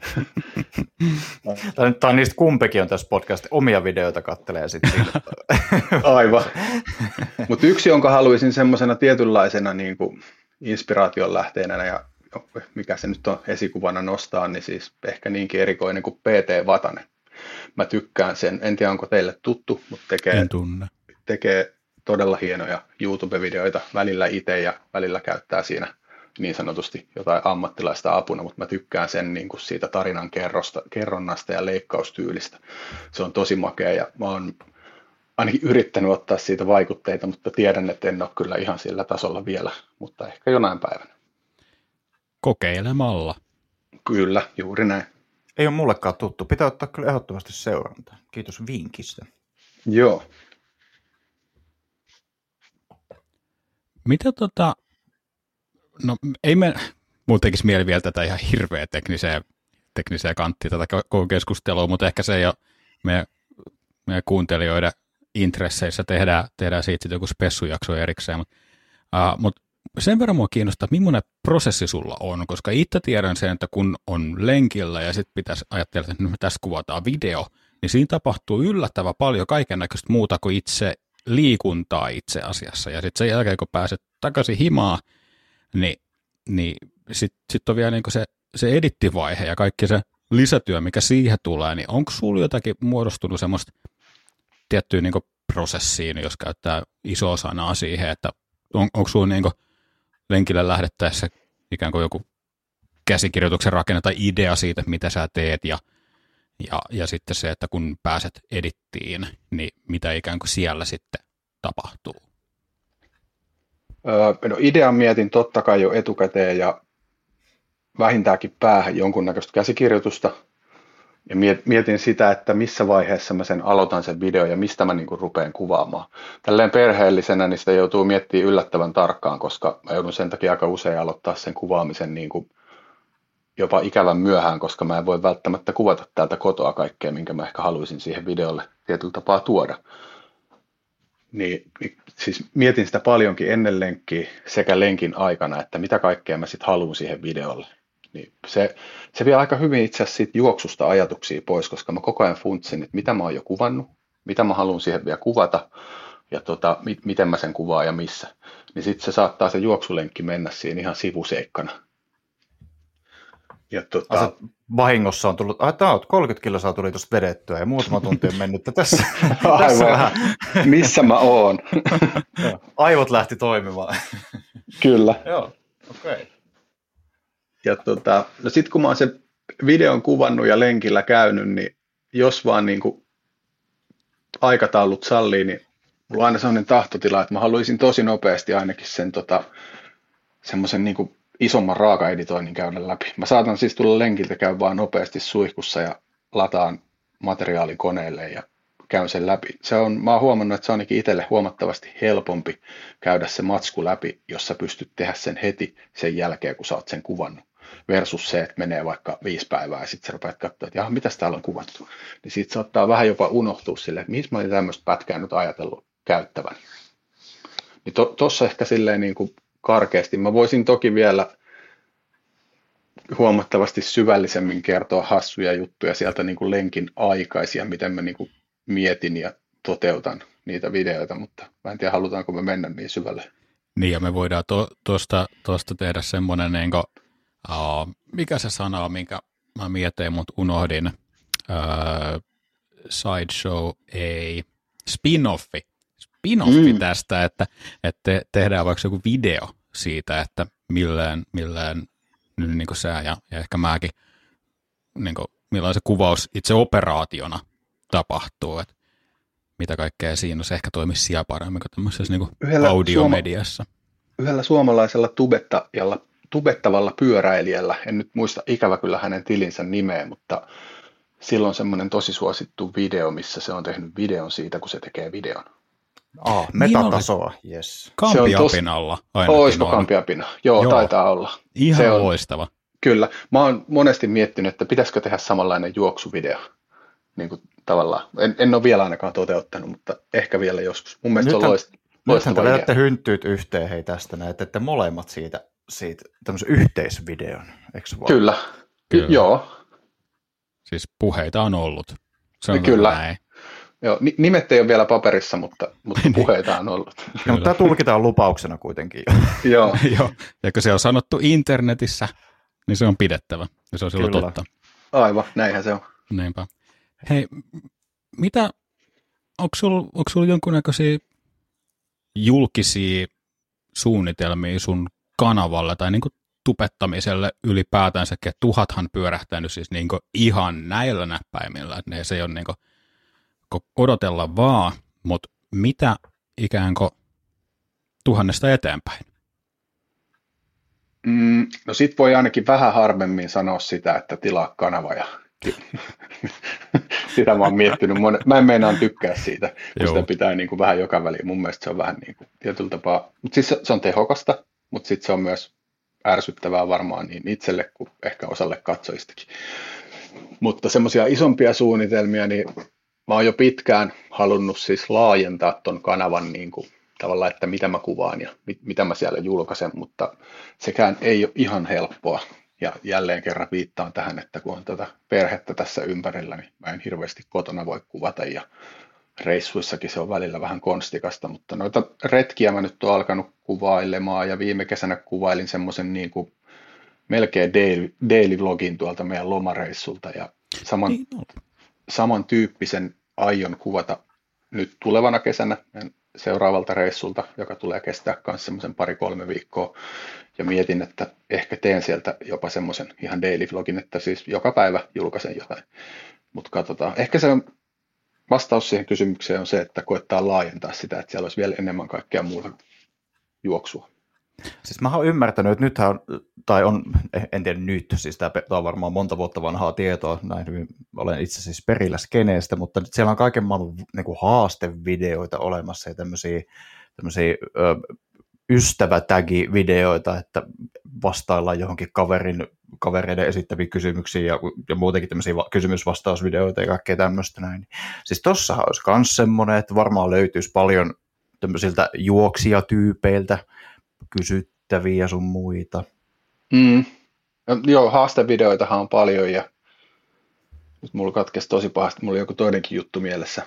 Tai niistä kumpikin on tässä podcastissa, omia videoita kattelee sitten. Aivan. Mutta yksi, jonka haluaisin semmoisena tietynlaisena niin kuin inspiraation lähteenä, ja mikä se nyt on esikuvana nostaa, niin siis ehkä niinkin erikoinen kuin P T Vatanen. Mä tykkään sen, en tiedä onko teille tuttu, mutta tekee, tekee todella hienoja YouTube-videoita välillä itse ja välillä käyttää siinä niin sanotusti jotain ammattilaista apuna, mutta mä tykkään sen niin kuin siitä tarinan kerrosta, kerronnasta ja leikkaustyylistä. Se on tosi makea ja mä oon ainakin yrittänyt ottaa siitä vaikutteita, mutta tiedän, että en ole kyllä ihan sillä tasolla vielä, mutta ehkä jonain päivänä. Kokeilemalla. Kyllä, juuri näin. Ei ole mullekaan tuttu. Pitää ottaa kyllä ehdottomasti seurantaa. Kiitos vinkistä. Joo. Mitä tota, no ei me, mun tekisi mieli vielä tätä ihan hirveä tekniseen, tekniseen kanttiin tätä koko keskustelua, mutta ehkä se ei ole meidän, meidän kuuntelijoiden intresseissä, tehdään, tehdään siitä sitten joku spessujakso erikseen, mutta uh, mut sen verran mua kiinnostaa, että millainen prosessi sulla on, koska itse tiedän sen, että kun on lenkillä ja sitten pitäisi ajatella, että nyt tässä kuvataan video, niin siinä tapahtuu yllättävän paljon kaiken näköistä muuta kuin itse liikuntaa itse asiassa. Ja sitten sen jälkeen, kun pääset takaisin himaan, niin, niin sitten sit on vielä niin se, se edittivaihe ja kaikki se lisätyö, mikä siihen tulee, niin onko sulla jotakin muodostunut semmoista tiettyä niin prosessiin, jos käyttää isoa sanaa siihen, että on, onko sulla niin lenkille lähdettäessä ikään kuin joku käsikirjoituksen rakenne tai idea siitä, mitä sä teet, ja, ja, ja sitten se, että kun pääset edittiin, niin mitä ikään kuin siellä sitten tapahtuu? Öö, no idean mietin totta kai jo etukäteen ja vähintäänkin päähän jonkunnäköistä käsikirjoitusta, ja mietin sitä, että missä vaiheessa mä sen aloitan sen video ja mistä mä niinku rupean kuvaamaan. Tälleen perheellisenä niin sitä joutuu miettimään yllättävän tarkkaan, koska mä joudun sen takia aika usein aloittaa sen kuvaamisen niinku jopa ikävän myöhään, koska mä en voi välttämättä kuvata täältä kotoa kaikkea, minkä mä ehkä haluaisin siihen videolle tietyllä tapaa tuoda. Niin, niin siis mietin sitä paljonkin ennen lenkkiä sekä lenkin aikana, että mitä kaikkea mä sitten haluan siihen videolle. Niin se, se vie aika hyvin itse asiassa siitä juoksusta ajatuksia pois, koska mä koko ajan funtsin, että mitä mä oon jo kuvannut, mitä mä haluan siihen vielä kuvata ja tota, mi, miten mä sen kuvaan ja missä. Niin sitten se saattaa se juoksulenkki mennä siinä ihan sivuseikkana. Ja tota... Asa, vahingossa on tullut, ai tää on kolmekymmentä kiloa tuli tuosta vedettyä ja muutama tunti on mennyt tässä, tässä vähän. Missä mä oon? Aivot lähti toimimaan. Kyllä. Joo, okei. Okay. Ja tota, no sit kun mä oon sen videon kuvannut ja lenkillä käynyt, niin jos vaan niin kuin aikataulut sallii, niin mulla on aina sellainen tahtotila, että mä haluaisin tosi nopeasti ainakin sen tota, semmoisen niin kuin isomman raaka-editoinnin käydä läpi. Mä saatan siis tulla lenkiltä, käyn vaan nopeasti suihkussa ja lataan materiaalin koneelle ja käyn sen läpi. Se on, mä oon huomannut, että se on ainakin itselle huomattavasti helpompi käydä se matsku läpi, jos sä pystyt tehdä sen heti sen jälkeen, kun sä oot sen kuvannut. Versus se, että menee vaikka viisi päivää ja sitten sä rupeat katsoa, että jaha, mitäs täällä on kuvattu. Niin siitä saattaa vähän jopa unohtua silleen, että mihin mä olin tämmöistä pätkää nyt ajatellut käyttävän. Niin tuossa to, ehkä silleen niin kuin karkeasti. Mä voisin toki vielä huomattavasti syvällisemmin kertoa hassuja juttuja sieltä niin kuin lenkin aikaisia, miten mä niin kuin mietin ja toteutan niitä videoita, mutta mä en tiedä, halutaanko me mennä niin syvälle. Niin, ja me voidaan tuosta to, tehdä semmoinen, niin kuin, uh, mikä se sana on, minkä mä mietin, mutta unohdin, uh, sideshow, ei, spin-offi, spin-offi mm. tästä, että, että tehdään vaikka joku video siitä, että millään, millään niin kuin sä ja, ja ehkä mäkin, niin kuin, millainen se kuvaus itse operaationa tapahtuu, että mitä kaikkea siinä on, se ehkä toimisi siellä paremmin kuin tämmöisessä niin kuin audiomediassa. Suoma- yhdellä suomalaisella tubettajalla, tubettavalla pyöräilijällä, en nyt muista ikävä kyllä hänen tilinsä nimeä, mutta silloin semmoinen tosi suosittu video, missä se on tehnyt videon siitä, kun se tekee videon. Ah, metatasoa, yes. Kampiapinalla aina. Olisiko Kampiapina? Joo, Joo, taitaa olla. Ihan se on loistava. Kyllä. Mä oon monesti miettinyt, että pitäisikö tehdä samanlainen juoksuvideo. Niin kuin tavallaan. En, en ole vielä ainakaan toteuttanut, mutta ehkä vielä joskus. Mun mielestä nythän, se on loist, loistava. Nythän te vedätte hynttyyt yhteen hei tästä näin, että molemmat siitä, siitä tämmöisen yhteisvideon, eikö vaan? Kyllä. Kyllä. Joo. Siis puheita on ollut. Kyllä. Näin. Joo, nimet ei ole vielä paperissa, mutta, mutta puheita on ollut. Ja, mutta tämä tulkitaan lupauksena kuitenkin. Joo. Joo. Ja kun se on sanottu internetissä, niin se on pidettävä. Ja se on silloin Kyllä. totta. Aivan, näinhän se on. Näinpä. Hei, mitä, onko sulla onko sul jonkunnäköisiä julkisia suunnitelmia sun kanavalle tai niin kuin tubettamiselle ylipäätänsäkin, että tuhathan pyörähtänyt siis niin kuin ihan näillä näppäimillä, että ne se ei ole niin kuin odotella vaan, mutta mitä ikään kuin tuhannesta eteenpäin? Mm, no sit voi ainakin vähän harvemmin sanoa sitä, että tilaa kanava ja sitä mä oon miettinyt. Mä en meinaan tykkää siitä, kun sitä pitää niin kuin vähän joka väliin. Mun mielestä se on vähän niin kuin tietyllä tapaa, mutta siis se on tehokasta, mutta sitten se on myös ärsyttävää varmaan niin itselle kuin ehkä osalle katsojistakin. Mutta semmoisia isompia suunnitelmia, niin mä oon jo pitkään halunnut siis laajentaa ton kanavan niin kuin, tavallaan, että mitä mä kuvaan ja mit, mitä mä siellä julkaisen, mutta sekään ei ole ihan helppoa. Ja jälleen kerran viittaan tähän, että kun on tätä perhettä tässä ympärillä, niin mä en hirveästi kotona voi kuvata ja reissuissakin se on välillä vähän konstikasta, mutta noita retkiä mä nyt oon alkanut kuvailemaan ja viime kesänä kuvailin semmoisen niin kuin melkein daily, daily vlogin tuolta meidän lomareissulta ja saman, niin samantyyppisen aion kuvata nyt tulevana kesänä seuraavalta reissulta, joka tulee kestää myös semmoisen pari-kolme viikkoa. Ja mietin, että ehkä teen sieltä jopa semmoisen ihan daily vlogin, että siis joka päivä julkaisen jotain. Mutta katsotaan. Ehkä se on, vastaus siihen kysymykseen on se, että koettaa laajentaa sitä, että siellä olisi vielä enemmän kaikkea muuta juoksua. Siis mä oon ymmärtänyt, että nythän on, tai on, en tiedä nyt, siis tämä on varmaan monta vuotta vanhaa tietoa, näin hyvin olen itse siis perillä skeneestä, mutta nyt siellä on kaiken maailman niin kuin haastevideoita olemassa ja tämmöisiä, tämmöisiä ö, ystävätägi-videoita, että vastaillaan johonkin kaverin, kavereiden esittäviin kysymyksiin ja, ja muutenkin tämmöisiä kysymysvastausvideoita ja kaikkea tämmöistä näin. Siis tossahan olisi myös semmoinen, että varmaan löytyisi paljon tämmöisiltä juoksijatyypeiltä kysyttäviä ja sun muita. Mm. No, joo, haastevideoitahan on paljon ja nyt mulla katkesi tosi pahasti, mulla oli joku toinenkin juttu mielessä.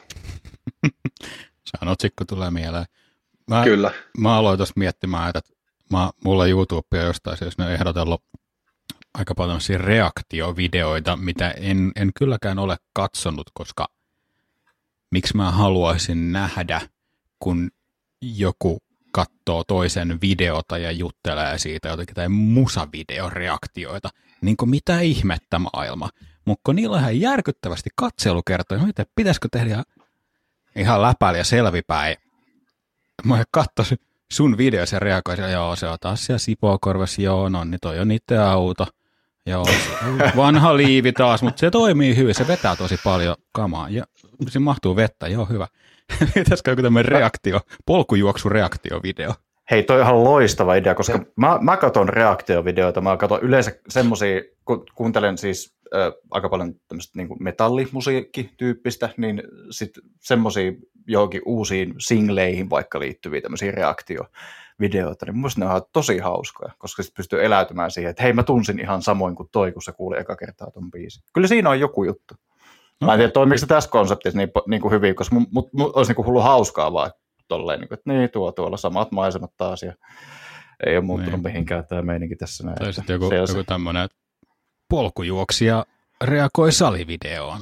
Sehän otsikko tulee mieleen. Mä, Kyllä. Mä aloin tuossa miettimään, että mä, mulla YouTube on jostain, jos ne on ehdotellut aika paljon reaktiovideoita, mitä en, en kylläkään ole katsonut, koska miksi mä haluaisin nähdä, kun joku katsoo toisen videota ja juttelee siitä jotenkin tai musavideoreaktioita, niin kuin mitä ihmettä maailma. Mutta niillä on ihan järkyttävästi katselukertoja, että pitäisikö tehdä ihan läpäillä ja selvipäin. Mä katsoin sun videossa ja reagoisin, joo se on taas siellä Sipokorvassa, joo no niin toi on niiden auto. Joo, vanha liivi taas, mutta se toimii hyvin, se vetää tosi paljon kamaa ja siinä mahtuu vettä, joo hyvä. Pitäisikö joku tämmöinen reaktio, polkujuoksureaktiovideo? Hei, toi on ihan loistava idea, koska mä, mä katson reaktiovideoita, mä katson yleensä semmosia, ku, kuuntelen siis äh, aika paljon tämmöistä niin kuin metallimusiikkityyppistä, niin sitten semmosia johonkin uusiin singleihin vaikka liittyviä tämmöisiä reaktiovideoita, niin mun mielestä ne on tosi hauskoja, koska sitten pystyy eläytymään siihen, että hei mä tunsin ihan samoin kuin toi, kun se kuuli eka kertaa ton biisin. Kyllä siinä on joku juttu. Mä en tiedä, toimiiko se tässä konseptissa niin, niin kuin hyvin, koska mun, mun, mun olisi niin kuin hullu hauskaa vaan tolleen, niin kuin, että niin, tuo tuolla samat maisemat taas ja ei ole muuttunut niin mihinkään tämä meininki tässä näin. Tai sitten joku, joku tämmöinen polkujuoksija reagoi salivideoon.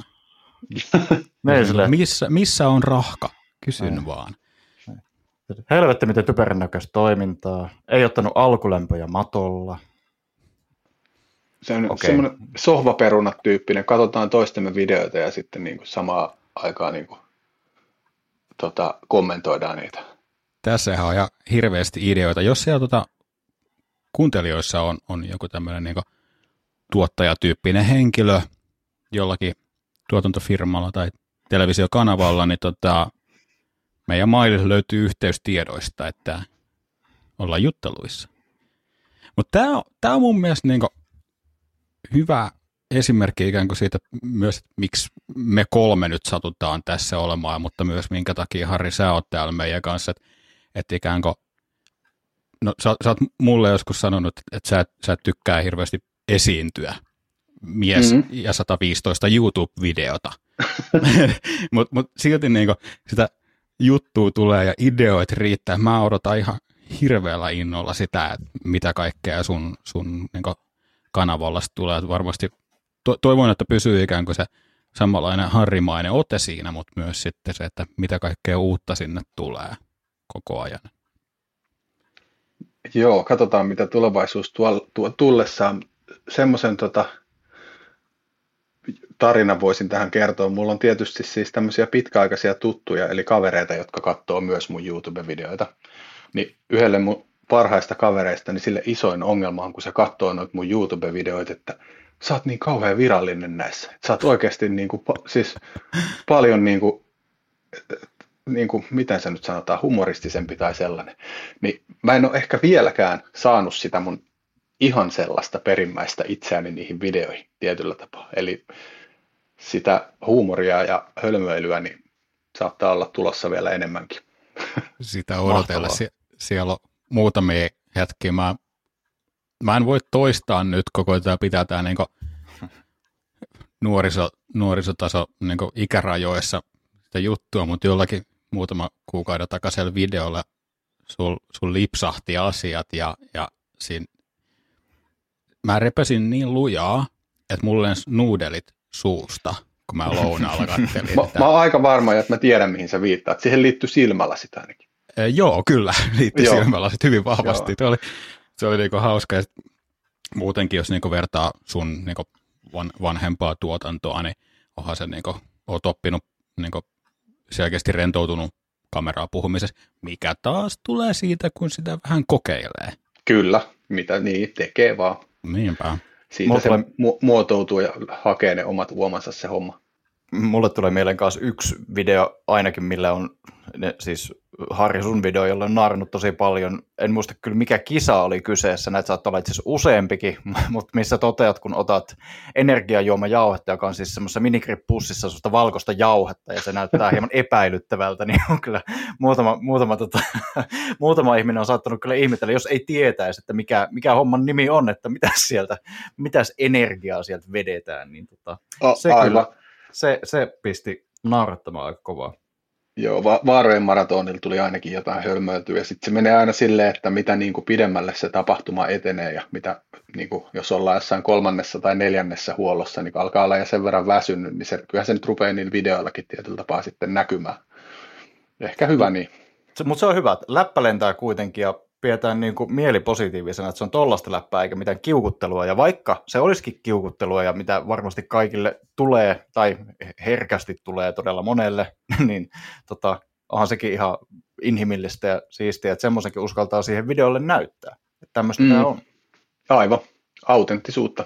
missä, missä on rahka? Kysyn Näin. vaan. Helvetti, miten typerän näköistä toimintaa. Ei ottanut alkulämpöjä matolla. Se on okay. Semmoinen sohvaperunat-tyyppinen. Katsotaan toistemme videoita ja sitten niin kuin samaan aikaan niin kuin, tota, kommentoidaan niitä. Tässähän on ihan hirveästi ideoita. Jos siellä tota, kuuntelijoissa on, on joku tämmöinen niin kuin tuottajatyyppinen henkilö jollakin tuotantofirmalla tai televisiokanavalla, niin tota, meidän maille löytyy yhteystiedoista, että ollaan jutteluissa. Mutta tämä tää on mun mielestä niinku hyvä esimerkki ikään kuin siitä myös, että miksi me kolme nyt satutaan tässä olemaan, mutta myös minkä takia, Harri, sä oot täällä meidän kanssa, että et ikään kuin, no sä, sä oot mulle joskus sanonut, että sä, sä et tykkää hirveästi esiintyä, mies mm-hmm. ja sata viisitoista YouTube-videota, mutta mut silti niinku sitä juttua tulee ja ideoit riittää. Mä odotan ihan hirveällä innolla sitä, että mitä kaikkea sun, sun niinku kanavalla tulee. Et varmasti to, toivon, että pysyy ikään kuin se samanlainen harrimainen ote siinä, mutta myös sitten se, että mitä kaikkea uutta sinne tulee koko ajan. Joo, katsotaan mitä tulevaisuus tuo, tuo tullessaan. Semmoisen tota, tarinan voisin tähän kertoa. Mulla on tietysti siis tämmöisiä pitkäaikaisia tuttuja, eli kavereita, jotka katsoo myös mun YouTube-videoita. Niin yhdelle mun parhaista kavereista, niin sille isoin ongelma on, kun se katsoo noita mun YouTube-videoita, että sä oot niin kauhean virallinen näissä. Sä oot oikeasti niin kuin, siis paljon niin kuin, niin kuin, miten se nyt sanotaan, humoristisempi tai sellainen. Niin mä en ole ehkä vieläkään saanut sitä mun ihan sellaista perimmäistä itseäni niihin videoihin tietyllä tapaa. Eli sitä huumoria ja hölmöilyä niin saattaa olla tulossa vielä enemmänkin. Sitä odotella. Sie- siellä on muutamia hetkiä. Mä, mä en voi toistaa nyt koko tämä pitää tämä niinku nuoriso, nuorisotaso niinku ikärajoissa sitä juttua, mutta jollakin muutama kuukauden takaisella videolla sul, sul lipsahti asiat ja, ja siinä mä repäsin niin lujaa, että mulla lensi nuudelit suusta, kun mä lounaalla kattelin. mä, mä oon aika varma, että mä tiedän, mihin sä viittaat. Siihen liittyy silmälasit ainakin. E, joo, kyllä, liittyy silmälasit hyvin vahvasti. Se oli, se oli niinku hauska. Ja muutenkin, jos niinku vertaa sun niinku van, vanhempaa tuotantoa, niin onhan se niinku, oot oppinut niinku selkeästi rentoutunut kameraa puhumisessa, mikä taas tulee siitä, kun sitä vähän kokeilee. Kyllä, mitä niin tekee vaan. Niinpä. Siitä mulle se tulee mu- muotoutuu ja hakee ne omat uomansa se homma. Mulle tulee mieleen kanssa yksi video ainakin, millä on, ne, siis Harri sun video, jolla on naarannut tosi paljon. En muista kyllä mikä kisa oli kyseessä, näitä saattaa olla itse asiassa useampikin, mutta missä toteat, kun otat energiajuomajauhetta, joka on siis semmoisessa minigrip-pussissa semmoista valkoista jauhetta, ja se näyttää hieman epäilyttävältä, niin on kyllä muutama, muutama, tota, muutama ihminen on saattanut kyllä ihmetellä, jos ei tietäisi, että mikä, mikä homman nimi on, että mitäs sieltä, mitäs energiaa sieltä vedetään, niin tota, o, se kyllä, se, se pisti naurattamaan aika kovaa. Joo, va- Vaarojen maratonilla tuli ainakin jotain hölmöiltyä, ja sitten se menee aina silleen, että mitä niin kuin pidemmälle se tapahtuma etenee, ja mitä, niin kuin, jos ollaan jossain kolmannessa tai neljännessä huollossa, niin alkaa olla jo sen verran väsynyt, niin se, kyllähän se nyt rupeaa niillä videoillakin tietyllä tapaa sitten näkymään. Ehkä hyvä niin. Mutta se on hyvä, että läppä lentää kuitenkin, ja pidetään niin kuin mieli positiivisena, että se on tollasta läppää eikä mitään kiukuttelua, ja vaikka se olisikin kiukuttelua, ja mitä varmasti kaikille tulee, tai herkästi tulee todella monelle, niin tota, onhan sekin ihan inhimillistä ja siistiä, että semmoisenkin uskaltaa siihen videolle näyttää, että tämmöistä mm. tämä on. Aivan, autenttisuutta.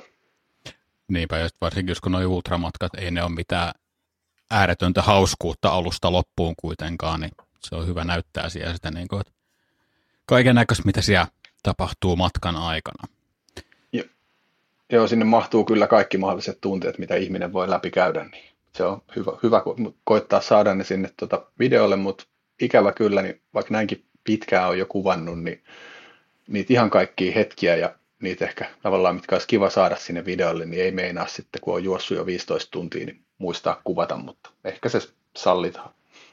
Niinpä, ja varsinkin jos kun nuo ultramatkat, ei ne ole mitään ääretöntä hauskuutta alusta loppuun kuitenkaan, niin se on hyvä näyttää siellä sitä niin kuin, että kaiken näköistä, mitä siellä tapahtuu matkan aikana. Jo, joo, sinne mahtuu kyllä kaikki mahdolliset tunteet, mitä ihminen voi läpikäydä. Niin se on hyvä, hyvä koittaa saada ne sinne tuota videolle, mutta ikävä kyllä, niin vaikka näinkin pitkään on jo kuvannut, niin niitä ihan kaikkia hetkiä ja niitä ehkä tavallaan, mitkä olisi kiva saada sinne videolle, niin ei meinaa sitten, kun on juossut jo viisitoista tuntia, niin muistaa kuvata, mutta ehkä se sallitaan.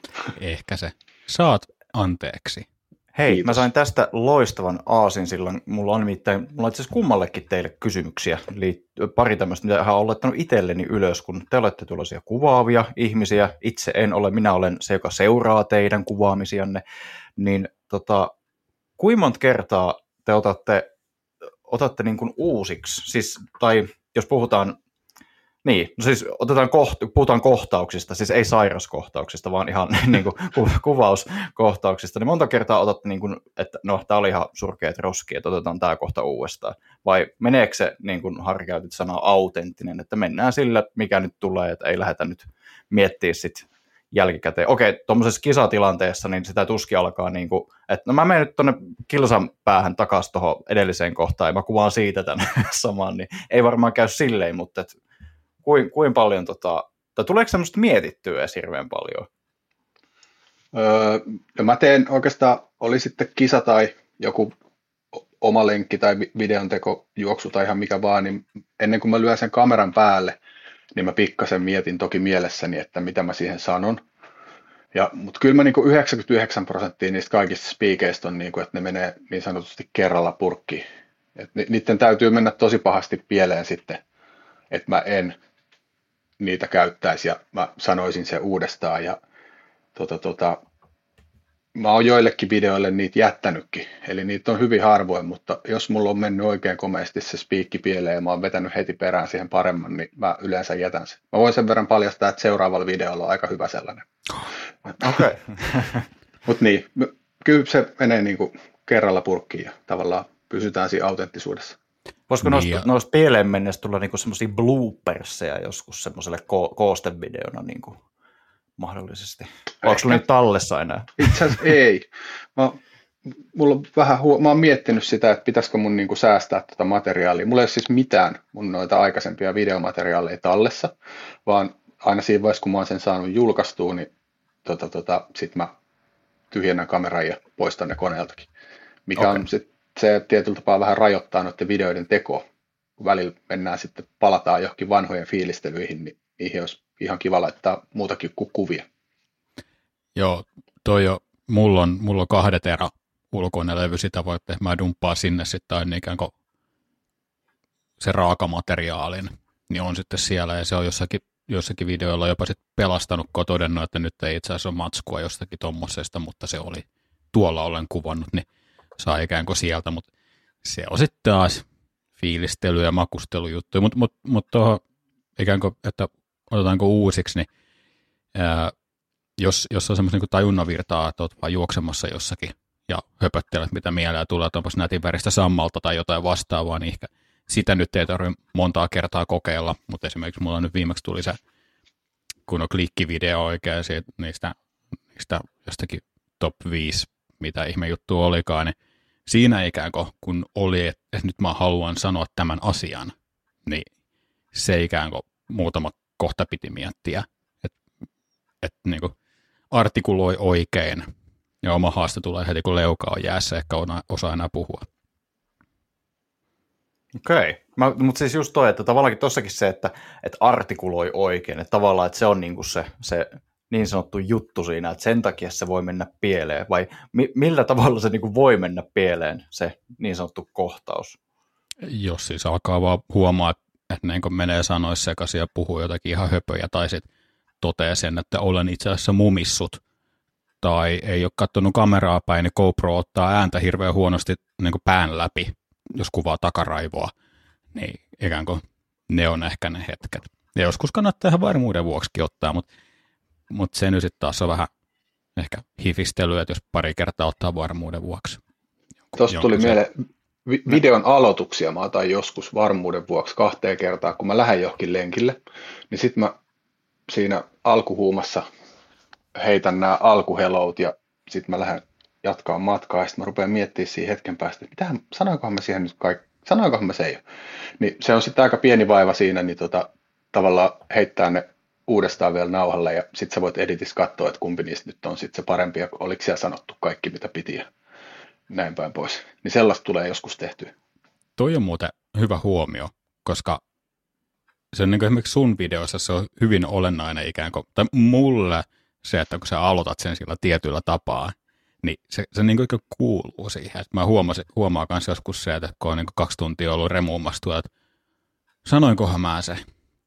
Ehkä se. Saat anteeksi. Hei, Kiitos. Mä sain tästä loistavan aasin silloin. Mulla on nimittäin, mulla on itse asiassa kummallekin teille kysymyksiä. Liitt- pari tämmöistä, mitä hän on laittanut itselleni ylös, kun te olette tuollaisia kuvaavia ihmisiä. Itse en ole, minä olen se, joka seuraa teidän kuvaamisianne. Niin tota, kuinka monta kertaa te otatte, otatte niin kuin uusiksi? Siis, tai jos puhutaan, niin, no siis otetaan koht- puhutaan kohtauksista, siis ei sairaskohtauksista, vaan ihan niin kuin ku- kuvauskohtauksista, niin monta kertaa otatte, niin kuin, että no, tämä oli ihan surkeat roski, että otetaan tämä kohta uudestaan. Vai meneekö se, niin kuin Harri käytit sanaa, autenttinen, että mennään sillä, mikä nyt tulee, että ei lähdetä nyt miettimään sitten jälkikäteen. Okei, tuommoisessa kisatilanteessa, niin sitä tuskin alkaa, niin kuin, että no mä menen nyt tuonne kilsan päähän takaisin tuohon edelliseen kohtaan, ja mä kuvaan siitä tämän saman, niin ei varmaan käy silleen, mutta et, Kuin, kuin paljon, tota, tai tuleeko semmoista mietittyä edes hirveän paljon? Öö, no mä teen oikeastaan, oli sitten kisa tai joku oma lenkki tai videonteko, juoksu tai ihan mikä vaan, niin ennen kuin mä lyön sen kameran päälle, niin mä pikkasen mietin toki mielessäni, että mitä mä siihen sanon. Ja, mutta kyllä mä niin kuin yhdeksänkymmentäyhdeksän prosenttia niistä kaikista spiikeistä on, niin kuin, että ne menee niin sanotusti kerralla purkkiin. Et niiden täytyy mennä tosi pahasti pieleen sitten, että mä en niitä käyttäisi ja mä sanoisin sen uudestaan ja tota, tota, mä oon joillekin videoille niitä jättänytkin, eli niitä on hyvin harvoin, mutta jos mulla on mennyt oikein komeasti se spiikki pieleen ja mä oon vetänyt heti perään siihen paremman, niin mä yleensä jätän sen. Mä voin sen verran paljastaa, että seuraavalla videolla on aika hyvä sellainen. Okei. Okay. Mutta niin, kyllä se menee niinku kerralla purkkiin ja tavallaan pysytään siinä autenttisuudessa. Voisiko Niin noista, ja- noista pieleen mennessä tulla niinku semmoisia blooperseja joskus semmoiselle ko- koostevideona niinku mahdollisesti? Onko sulla niitä tallessa enää? Itse asiassa ei. Mä mulla on vähän, huo- mä oon miettinyt sitä, että pitäisikö mun niinku säästää tätä materiaalia. Mulla ei ole siis mitään mun noita aikaisempia videomateriaaleja tallessa, vaan aina siinä vaiheessa, kun mä oon sen saanut julkaistua, niin tota, tota, sit mä tyhjennän kameran ja poistan ne koneeltakin. Mikä Okei. on sit, se tietyllä tapaa vähän rajoittaa noiden videoiden tekoa. Kun välillä mennään sitten, palataan johonkin vanhojen fiilistelyihin, niin niihin olisi ihan kiva laittaa muutakin kuin kuvia. Joo, toi jo, mulla on, mulla on kahdet erä ulkoinen levy, sitä voi tehdä, mä dumppaan sinne sitten aina ikään kuin se raakamateriaalin, niin on sitten siellä, ja se on jossakin, jossakin videoilla jopa sitten pelastanut, kun on todennut, että nyt ei itse asiassa ole matskua jostakin tommosesta, mutta se oli, tuolla olen kuvannut, niin saa ikään kuin sieltä, mutta se on sitten taas fiilistely- ja makustelujuttuja, mutta mut, mut tuohon ikään kuin, että otetaanko uusiksi, niin ää, jos, jos on semmoista niin tajunnanvirtaa, että olet vaan juoksemassa jossakin ja höpöttelet, mitä mieleen tulee, että onpas nätin väristä sammalta tai jotain vastaavaa, niin ehkä sitä nyt ei tarvitse montaa kertaa kokeilla, mutta esimerkiksi mulla nyt viimeksi tuli se, kun on klikkivideo oikein siitä, niistä, niistä jostakin top viisi, mitä ihme juttu olikaan, niin siinä ikään kuin, kun oli, että nyt mä haluan sanoa tämän asian, niin se ikään kuin muutama kohta piti miettiä, että, että niin kuin artikuloi oikein, ja oma haaste tulee heti, kun leuka on jäässä, ehkä on, osaa enää puhua. Okei, mutta siis just toi, että tavallaan tossakin se, että, että artikuloi oikein, että tavallaan että se on niinku se, se niin sanottu juttu siinä, että sen takia se voi mennä pieleen, vai mi- millä tavalla se niinku voi mennä pieleen, se niin sanottu kohtaus? Jos siis alkaa vaan huomaa, että niin kun menee sanoissa sekaisin ja puhuu jotakin ihan höpöjä, tai sitten toteaa sen, että olen itse asiassa mumissut, tai ei ole katsonut kameraa päin, niin GoPro ottaa ääntä hirveän huonosti niin kuin pään läpi, jos kuvaa takaraivoa, niin ikään kuin ne on ehkä ne hetket. Ja joskus kannattaa ihan varmuuden vuoksikin ottaa, mutta, mutta se nyt sitten taas on vähän ehkä hifistelyä, että jos pari kertaa ottaa varmuuden vuoksi. Tuosta tuli se... mieleen vi- videon aloituksia, mä otan joskus varmuuden vuoksi kahteen kertaan, kun mä lähden johonkin lenkille, niin sitten mä siinä alkuhuumassa heitän nämä alkuhelout ja sitten mä lähden jatkaa matkaa ja sitten mä rupean miettimään siinä hetken päästä, että mitähän, sanoinkohan mä siihen nyt kaikki, sanoinkohan mä se jo. Niin se on sitten aika pieni vaiva siinä, niin tota, tavallaan heittää ne uudestaan vielä nauhalle ja sitten sä voit editissä katsoa, että kumpi niistä nyt on sitten se parempi ja oliko siellä sanottu kaikki mitä piti ja näin päin pois. Niin sellaista tulee joskus tehtyä. Toi on muuten hyvä huomio, koska se on niin kuin esimerkiksi sun videossa se on hyvin olennainen ikään kuin, tai mulle se, että kun sä aloitat sen sillä tietyllä tapaa, niin se, se niin kuin kuuluu siihen. Et mä huomasin, huomaan myös joskus se, että kun on niin kuin kaksi tuntia ollut remuumassa tuolla, että sanoinkohan mä se,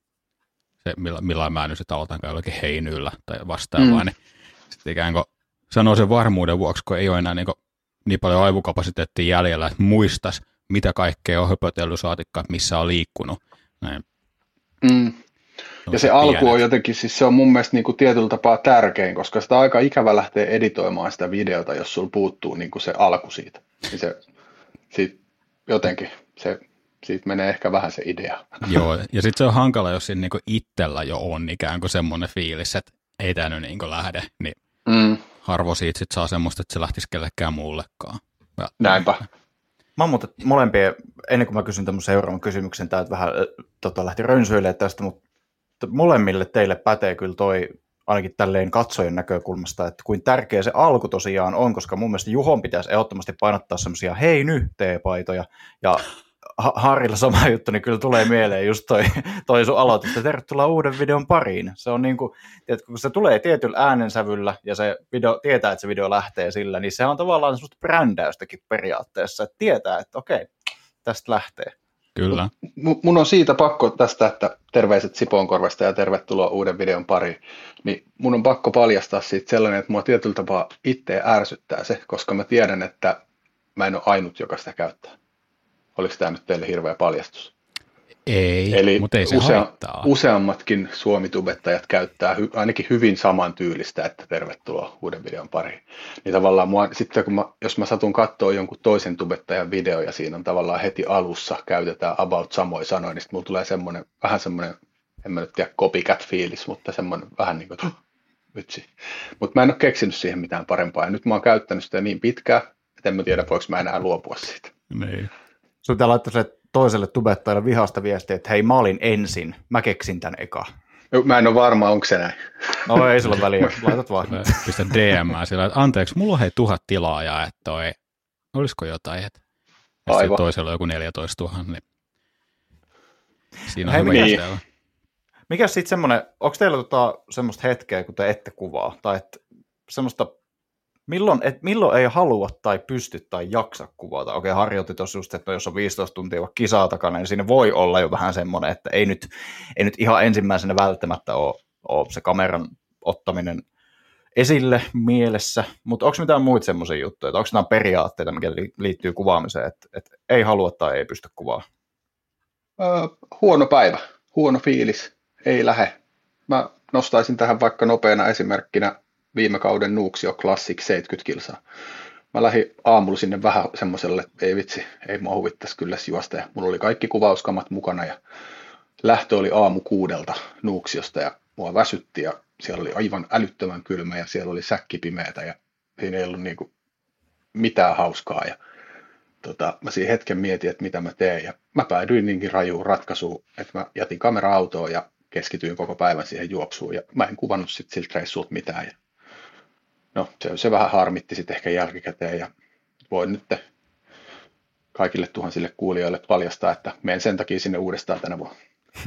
se millä, millä mä nyt sitten aloitankaan jollakin heinyllä tai vastaavaa, mm. niin sitten ikään kuin sanoo sen varmuuden vuoksi, kun ei ole enää niin, kuin niin paljon aivokapasiteettia jäljellä, että muistas, mitä kaikkea on höpötellyt saatikka, missä on liikkunut. Näin. Mm. Ja se alku pienet. on jotenkin, siis se on mun mielestä niin kuin tietyllä tapaa tärkein, koska sitä on aika ikävä lähteä editoimaan sitä videota, jos sulla puuttuu niin kuin se alku siitä. Niin se, siitä jotenkin, se, siitä menee ehkä vähän se idea. Joo, ja sitten se on hankala, jos siinä niinku itsellä jo on ikään kuin semmoinen fiilis, että ei tämä nyt niinku lähde, niin mm. harvo siitä sit saa semmoista, että se lähtisi kellekään muullekaan. Ja, Näinpä. Mä oon muuten molempia, ennen kuin mä kysyn tämmöisen seuraavan kysymyksen, tää vähän tota, lähti rönsyilemään tästä, mutta molemmille teille pätee kyllä toi, ainakin tälleen katsojen näkökulmasta, että kuin tärkeä se alku tosiaan on, koska mun mielestä Juhon pitäisi ehdottomasti painottaa semmoisia hei nyt teepaitoja, ja Harrilla sama juttu, niin kyllä tulee mieleen just toi, toi sun aloitus, että tervetuloa uuden videon pariin. Se on niin kuin, tiedätkö, kun se tulee tietyllä äänensävyllä ja se video, tietää, että se video lähtee sillä, niin se on tavallaan semmoista brändäystäkin periaatteessa, että tietää, että okei, tästä lähtee. Kyllä. Mun on siitä pakko tästä, että terveiset Sipoonkorvasta ja tervetuloa uuden videon pariin, niin mun on pakko paljastaa siitä sellainen, että mua tietyllä tapaa itse ärsyttää se, koska mä tiedän, että mä en ole ainut, joka sitä käyttää. Oliko tämä nyt teille hirveä paljastus? Ei, Eli mutta ei se usea, haittaa. Useammatkin suomitubettajat käyttää hy, ainakin hyvin saman tyylistä, että tervetuloa uuden videon pariin. Niin tavallaan mua, sitten kun mä, jos mä satun katsoa jonkun toisen tubettajan video ja siinä on tavallaan heti alussa käytetään about samoin sanoin, niin sitten mulla tulee semmoinen, vähän semmoinen, en mä nyt tiedä copycat-fiilis, mutta semmoinen vähän niin kuin, että vitsi. Mutta mä en ole keksinyt siihen mitään parempaa ja nyt mä oon käyttänyt sitä niin pitkään, että en mä tiedä, voiko mä enää luopua siitä. Niin. Sun pitää laittaa se toiselle tubettajalle vihasta viestiä, että hei, mä olin ensin, mä keksin tän eka. Mä en ole varma, onko se näin. No ei sillä väliä, laitat vaan. Pistä D M sillä, että anteeksi, mulla on hei tuhat tilaajaa, että toi, olisiko jotain, että ja toisella on joku neljätoistatuhatta, niin siinä on hei, hyvä mikä, järjestelmä. Mikäs sitten semmoinen, onko teillä tota semmoista hetkeä, kun te ette kuvaa, tai että semmoista, milloin, et milloin ei halua tai pysty tai jaksa kuvata? Okei, harjoitti tuossa just, että jos on viisitoista tuntia vaikka kisaa takana, niin siinä voi olla jo vähän semmoinen, että ei nyt, ei nyt ihan ensimmäisenä välttämättä ole, ole se kameran ottaminen esille mielessä, mutta onko mitään muita semmoisia juttuja, onko nämä periaatteita, mikä liittyy kuvaamiseen, että, että ei halua tai ei pysty kuvaamaan? Öö, huono päivä, huono fiilis, ei lähe. Mä nostaisin tähän vaikka nopeana esimerkkinä viime kauden Nuuksio Classic seitsemänkymmentä kilsaa. Mä lähdin aamulla sinne vähän semmoiselle, ei vitsi, ei mua huvittaisi kyllä juosta. Ja mulla oli kaikki kuvauskamat mukana ja lähtö oli aamu kuudelta Nuuksiosta ja mua väsytti ja siellä oli aivan älyttömän kylmä ja siellä oli säkkipimeätä ja siinä ei ollut niinku mitään hauskaa. Ja tota, mä siinä hetken mietin, että mitä mä teen ja mä päädyin niinkin rajuun ratkaisuun, että mä jätin kamera autoon ja keskityin koko päivän siihen juoksuun ja mä en kuvannut sitten siltä reissulta mitään. Ja no se, se vähän harmitti sitten ehkä jälkikäteen ja voin nyt kaikille tuhansille kuulijoille paljastaa, että menen sen takia sinne uudestaan tänä vuonna.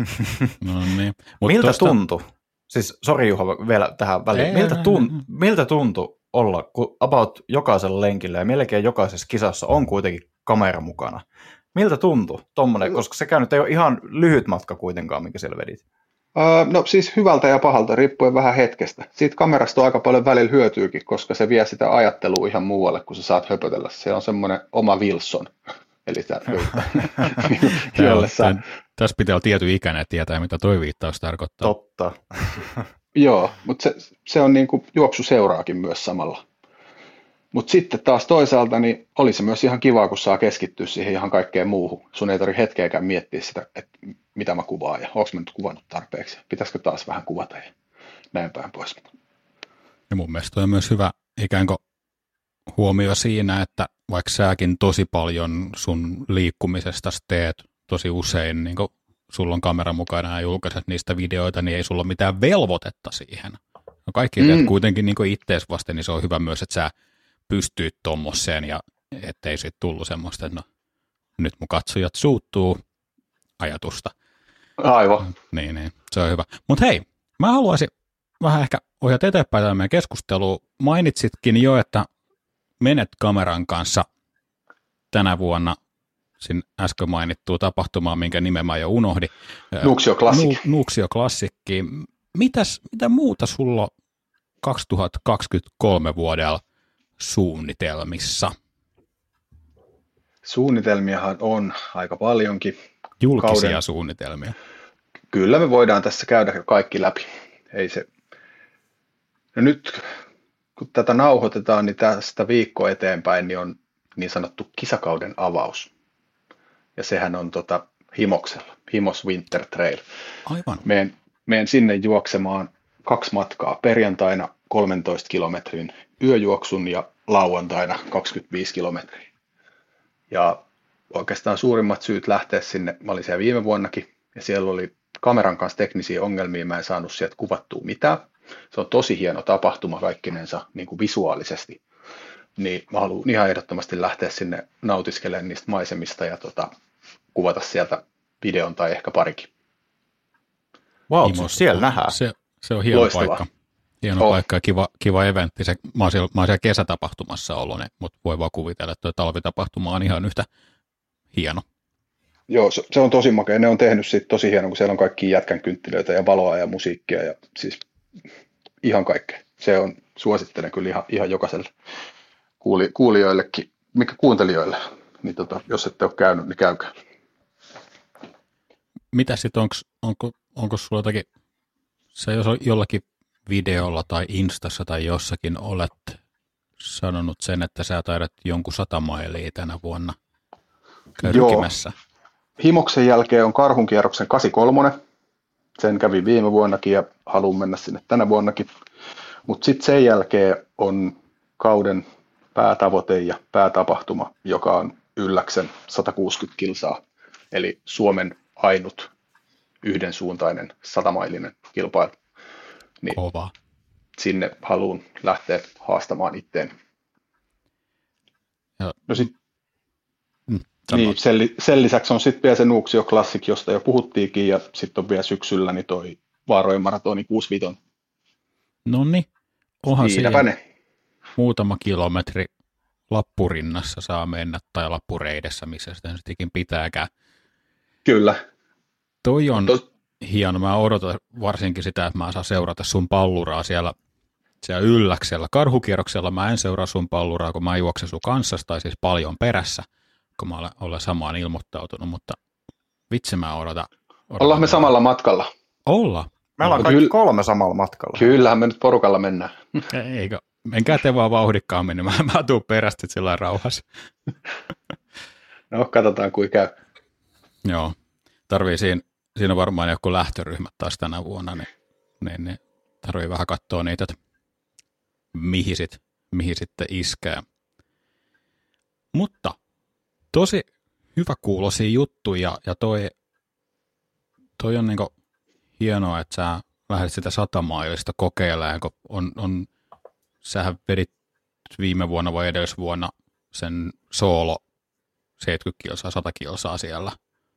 No niin. Mut miltä tosta... tuntui, siis sori Juha vielä tähän väliin, ei, miltä, tun, ei, ei. miltä tuntui olla, kun about jokaisella lenkillä ja melkein jokaisessa kisassa on kuitenkin kamera mukana. Miltä tuntui tommonen, koska sekään nyt ei ole ihan lyhyt matka kuitenkaan, minkä siellä vedit. Uh, no siis hyvältä ja pahalta, riippuen vähän hetkestä. Siitä kamerasta on aika paljon välillä hyötyykin, koska se vie sitä ajattelua ihan muualle, kun sä saat höpötellä. Se on semmoinen oma Wilson. Eli tämä saa... Tässä pitää olla tietyn ikäinen, että tietää, mitä toi viittaus tarkoittaa. Totta. Joo, mutta se, se on niin kuin juoksu seuraakin myös samalla. Mutta sitten taas toisaalta niin oli se myös ihan kivaa, kun saa keskittyä siihen ihan kaikkeen muuhun. Sun ei tarvitse hetkeäkään miettiä sitä, että mitä mä kuvaan ja onko mä nyt kuvannut tarpeeksi. Pitäisikö taas vähän kuvata ja näin päin pois. Ja mun mielestä on myös hyvä ikään kuin huomio siinä, että vaikka säkin tosi paljon sun liikkumisesta teet tosi usein, niin kun sulla on kamera mukana ja julkaiset niistä videoita, niin ei sulla ole mitään velvoitetta siihen. No kaikki teet mm. kuitenkin niin ittees vasten, niin se on hyvä myös, että sä pystyy tommoseen ja ettei siitä tullut semmoista, että no nyt mun katsojat suuttuu ajatusta. Aivan. Niin, niin, se on hyvä. Mutta hei, mä haluaisin vähän ehkä ohjata eteenpäin tämän meidän keskusteluun. Mainitsitkin jo, että menet kameran kanssa tänä vuonna sin äsken mainittua tapahtumaan, minkä nimen mä jo unohdin. Nuuksio Classic. Nu, Nuuksio Classic. Mitäs, mitä muuta sulla kaksituhattakaksikymmentäkolme vuodella suunnitelmissa? Suunnitelmiahan on aika paljonkin. Julkisia kauden... suunnitelmia. Kyllä me voidaan tässä käydä kaikki läpi. Ei se... No nyt kun tätä nauhoitetaan, niin tästä viikko eteenpäin niin on niin sanottu kisakauden avaus. Ja sehän on tota Himoksella, Himos Winter Trail. Aivan. Meen, meen sinne juoksemaan kaksi matkaa. Perjantaina kolmentoista kilometrin yöjuoksun ja lauantaina kaksikymmentäviisi kilometriä. Ja oikeastaan suurimmat syyt lähteä sinne, mä olin siellä viime vuonnakin, ja siellä oli kameran kanssa teknisiä ongelmia, mä en saanut sieltä kuvattua mitään. Se on tosi hieno tapahtuma kaikkinensa niin kuin visuaalisesti. Niin mä haluan ihan ehdottomasti lähteä sinne nautiskelemaan niistä maisemista ja tota, kuvata sieltä videon tai ehkä parikin. Wow, Himos, siellä nähdään. Se, se on hieno Loistava. paikka. Hieno oh. paikka ja kiva, kiva eventti. Se, mä, oon siellä, mä oon siellä kesätapahtumassa ollut, mutta voi vaan kuvitella, että tuo talvitapahtuma on ihan yhtä hieno. Joo, se, se on tosi makea. Ne on tehnyt siitä tosi hieno, kun siellä on kaikki jätkän kynttilöitä ja valoa ja musiikkia ja siis ihan kaikkea. Se on, suosittelen kyllä ihan, ihan jokaiselle kuuli, kuulijoillekin, mikä kuuntelijoille, niin tota, jos ette ole käynyt, niin käykää. Mitä sitten, onko, onko sulla jotakin, sä jos jollakin videolla tai Instassa tai jossakin olet sanonut sen, että sä taidat jonkun sata mailia tänä vuonna käy rykimässä. Himoksen jälkeen on Karhunkierroksen kahdeksankymmentäkolme. Sen kävin viime vuonnakin ja haluan mennä sinne tänä vuonnakin. Mutta sitten sen jälkeen on kauden päätavoite ja päätapahtuma, joka on Ylläksen sata kuusikymmentä kilsaa, eli Suomen ainut yhdensuuntainen satamailinen kilpailu. Niin Kova. sinne haluan lähteä haastamaan itteen. Ja, no sit, mm, niin, sen, sen lisäksi on sitten vielä se Nuuksio Classic, josta jo puhuttiinkin, ja sitten on vielä syksyllä niin toi Vaarojen maratoni kuusikymmentäviisi. Noniin, onhan Siinäpä siinä ne. muutama kilometri Lappurinnassa saa mennä, tai Lappureidessä, missä sitä nyt ikin pitääkään. Kyllä. Toi on Tos... hieno. Mä odotan varsinkin sitä, että mä saan seurata sun palluraa siellä, siellä Ylläksellä. Karhukierroksella mä en seuraa sun palluraa, kun mä juoksen sun kanssa, tai siis paljon perässä, kun mä olen, olen samaan ilmoittautunut, mutta vitsi mä odotan. odotan Ollaan me samalla matkalla. Olla. Me ollaan kaikki Kyllä. kolme samalla matkalla. Kyllähän me nyt porukalla mennään. Eikö? Menkää te vaan vauhdikkaammin, niin mä, mä tuun perästä sillä rauhassa. No, katsotaan kuin käy. Joo, tarvii siinä, siinä on varmaan joku lähtöryhmät taas tänä vuonna, niin, niin, niin tarvii vähän katsoa niitä, että mihin, sit, mihin sitten iskee. Mutta tosi hyvä kuuloisia juttuja, ja toi, toi on niinku hienoa, että sä lähdet sitä satamailista kokeilemaan, kun on, on, sähän vedit viime vuonna vai edellisvuonna sen soolo seitsemänkymmentä kilsaa, sata kilsaa siellä.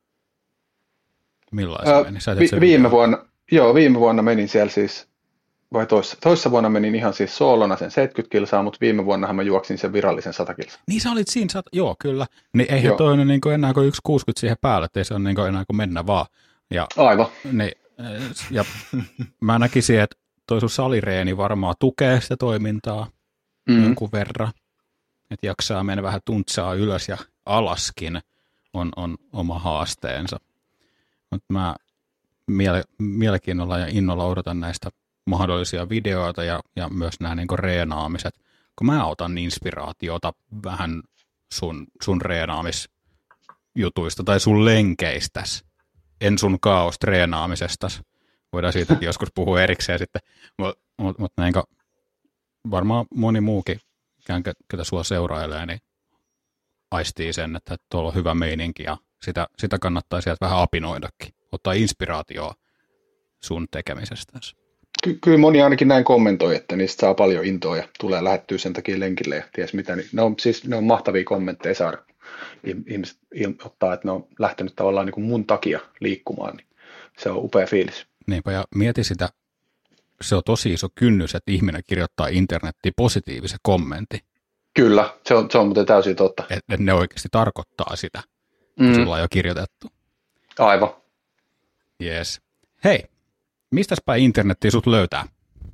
Millaisen Ää, meni? Sä vi- viime vuonna, joo, viime vuonna menin siellä siis, vai toissa, toissa vuonna menin ihan siis soolona sen seitsemänkymmentä kilsaa, mutta viime vuonnahan mä juoksin sen virallisen sata kilsaa. Niin sä olit siinä, sata, joo kyllä. Niin eihän joo. Toinen niin kuin enää kuin yksi kuusikymmentä siihen päälle, ettei se ole niin kuin enää kuin mennä vaan. Ja, aivan. Niin, ja mä näkisin, että toi sun salireeni varmaan tukee sitä toimintaa mm. jonkun verran. Että jaksaa mennä vähän tuntsaa ylös ja alaskin on, on oma haasteensa. Mutta mä miele, mielenkiinnolla ja innolla odotan näistä mahdollisia videoita ja, ja myös nämä niin kuin reenaamiset. Kun mä otan inspiraatiota vähän sun, sun reenaamisjutuista tai sun lenkeistäs, en sun kaos-treenaamisestas. Voidaan siitäkin joskus puhua erikseen sitten, mutta mut, mut näin varmaan moni muukin, ketä sua seurailee, niin aistii sen, että tuolla on hyvä meininki ja sitä, sitä kannattaa sieltä vähän apinoidakin, ottaa inspiraatioa sun tekemisestäsi. Ky- kyllä moni ainakin näin kommentoi, että niistä saa paljon intoa ja tulee lähettyä sen takia lenkille ja ties mitä. Niin ne, on, siis, ne on mahtavia kommentteja saada. Ihmiset ilmoittaa, että ne on lähtenyt tavallaan niin kuin mun takia liikkumaan, niin se on upea fiilis. Niinpä, ja mieti sitä, se on tosi iso kynnys, että ihminen kirjoittaa internettiin positiivisen kommentin. Kyllä, se on, se on muuten täysin totta. Että et ne oikeasti tarkoittaa sitä, kun mm. sulla on jo kirjoitettu. Aivan. Jees. Hei, mistäspä internettiin sut löytää?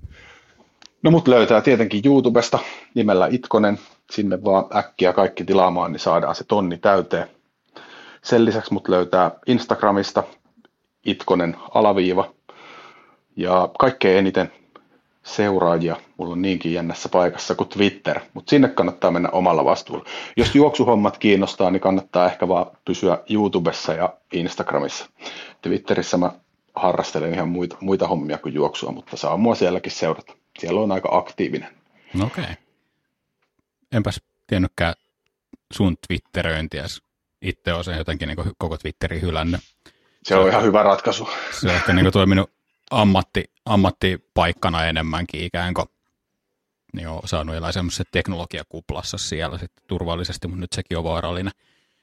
No mut löytää tietenkin YouTubesta nimellä Itkonen. Sinne vaan äkkiä kaikki tilaamaan, niin saadaan se tonni täyteen. Sen lisäksi mut löytää Instagramista Itkonen alaviiva. Ja kaikkein eniten seuraajia mulla on niinkin jännässä paikassa kuin Twitter, mutta sinne kannattaa mennä omalla vastuulla. Jos juoksuhommat kiinnostaa, niin kannattaa ehkä vaan pysyä YouTubessa ja Instagramissa. Twitterissä mä harrastelen ihan muita, muita hommia kuin juoksua, mutta saa mua sielläkin seurata. Siellä on aika aktiivinen. Okei. Okay. Enpäs tiennytkään sun Twitteröintiäs. Itse olen sen jotenkin niin koko Twitterin hylännyt. Se, se on ihan hyvä ratkaisu. Se on ehkä niin toiminut ammatti, ammattipaikkana enemmänkin ikään kuin. Niin olen saanut elää semmoisessa teknologiakuplassa siellä sitten turvallisesti, mutta nyt sekin on vaarallinen.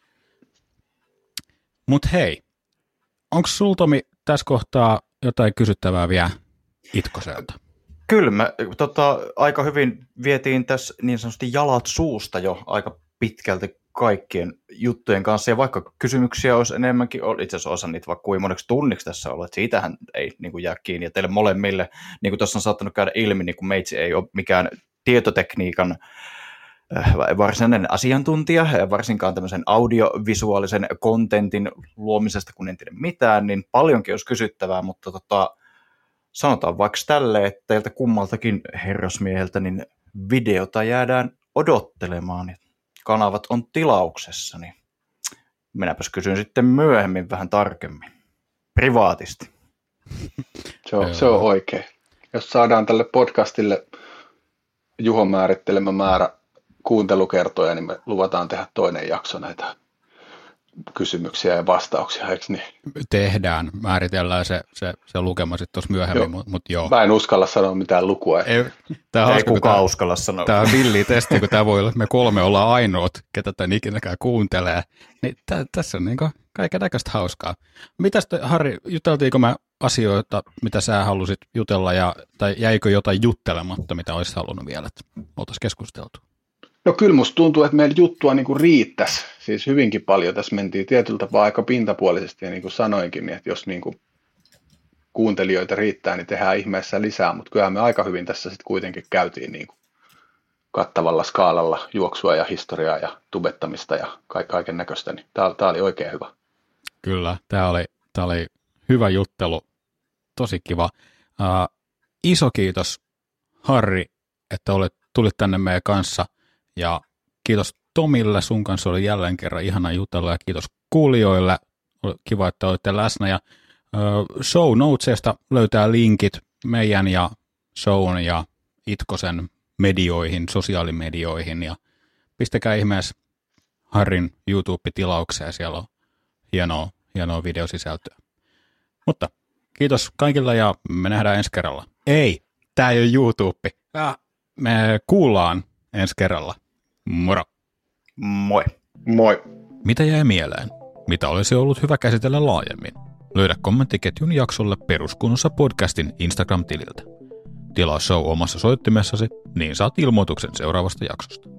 Mutta hei, onko sul, Tomi, tässä kohtaa jotain kysyttävää vielä Itkoselta? Kyllä, me tota, aika hyvin vietiin tässä niin sanotusti jalat suusta jo aika pitkälti kaikkien juttujen kanssa, ja vaikka kysymyksiä olisi enemmänkin, itse asiassa osa niitä vaikka kuin moneksi tunniksi tässä olla, että siitähän ei niin kuin jää kiinni, ja teille molemmille, niin kuin tuossa on saattanut käydä ilmi, niin kuin meitsi ei ole mikään tietotekniikan varsinainen asiantuntija, varsinkaan tämmöisen audiovisuaalisen kontentin luomisesta, kun en tiedä mitään, niin paljonkin olisi kysyttävää, mutta tota, sanotaan vaikka tälle, että teiltä kummaltakin herrasmieheltä, niin videota jäädään odottelemaan, kanavat on tilauksessa, niin minäpäs kysyn sitten myöhemmin vähän tarkemmin, privaatisti. Se on, se on oikein. Jos saadaan tälle podcastille Juhon määrittelemä määrä kuuntelukertoja, niin me luvataan tehdä toinen jakso näitä kysymyksiä ja vastauksia, eikö niin? Tehdään, määritellään se, se, se lukema sitten tuossa myöhemmin, mutta mut joo. Mä en uskalla sanoa mitään lukua. Ei, tää on Ei hauska, kukaan tää, uskalla sanoa. Tämä on villi testi, kun tämä voi olla, että me kolme ollaan ainoat, ketä tämän ikinäkään kuuntelee. Niin tä, tässä on niin kaiken näköistä hauskaa. Mitäs te, Harri, juteltiinko me asioita, mitä sä halusit jutella, ja, tai jäikö jotain juttelematta, mitä olisit halunnut vielä, että oltaisiin keskusteltu? No kyllä musta tuntuu, että meillä juttua niin kuin riittäisi, siis hyvinkin paljon. Tässä mentiin tietyllä tapaa aika pintapuolisesti, ja niin kuin sanoinkin, niin että jos niin kuin kuuntelijoita riittää, niin tehdään ihmeessä lisää, mutta kyllähän me aika hyvin tässä sitten kuitenkin käytiin niin kuin kattavalla skaalalla juoksua ja historiaa ja tubettamista ja kaiken näköistä, niin tämä oli oikein hyvä. Kyllä, tämä oli, tämä oli hyvä juttelu, tosi kiva. Uh, iso kiitos, Harri, että olet, tulit tänne meidän kanssa, ja kiitos Tomille, sun kanssa oli jälleen kerran ihana jutella, ja kiitos kuulijoille, oli kiva, että olette läsnä, ja uh, show notesista löytää linkit meidän ja shown ja Itkosen medioihin, sosiaalimedioihin, ja pistäkää ihmeessä Harrin YouTube-tilaukseen, siellä on hienoa, hienoa videosisältöä. Mutta kiitos kaikille ja me nähdään ensi kerralla. Ei, tää ei ole YouTube. Me kuullaan ensi kerralla. Moro. Moi. Moi. Mitä jäi mieleen? Mitä olisi ollut hyvä käsitellä laajemmin? Löydä kommenttiketjun jaksolle Peruskunnossa podcastin Instagram-tililtä. Tilaa show omassa soittimessasi, niin saat ilmoituksen seuraavasta jaksosta.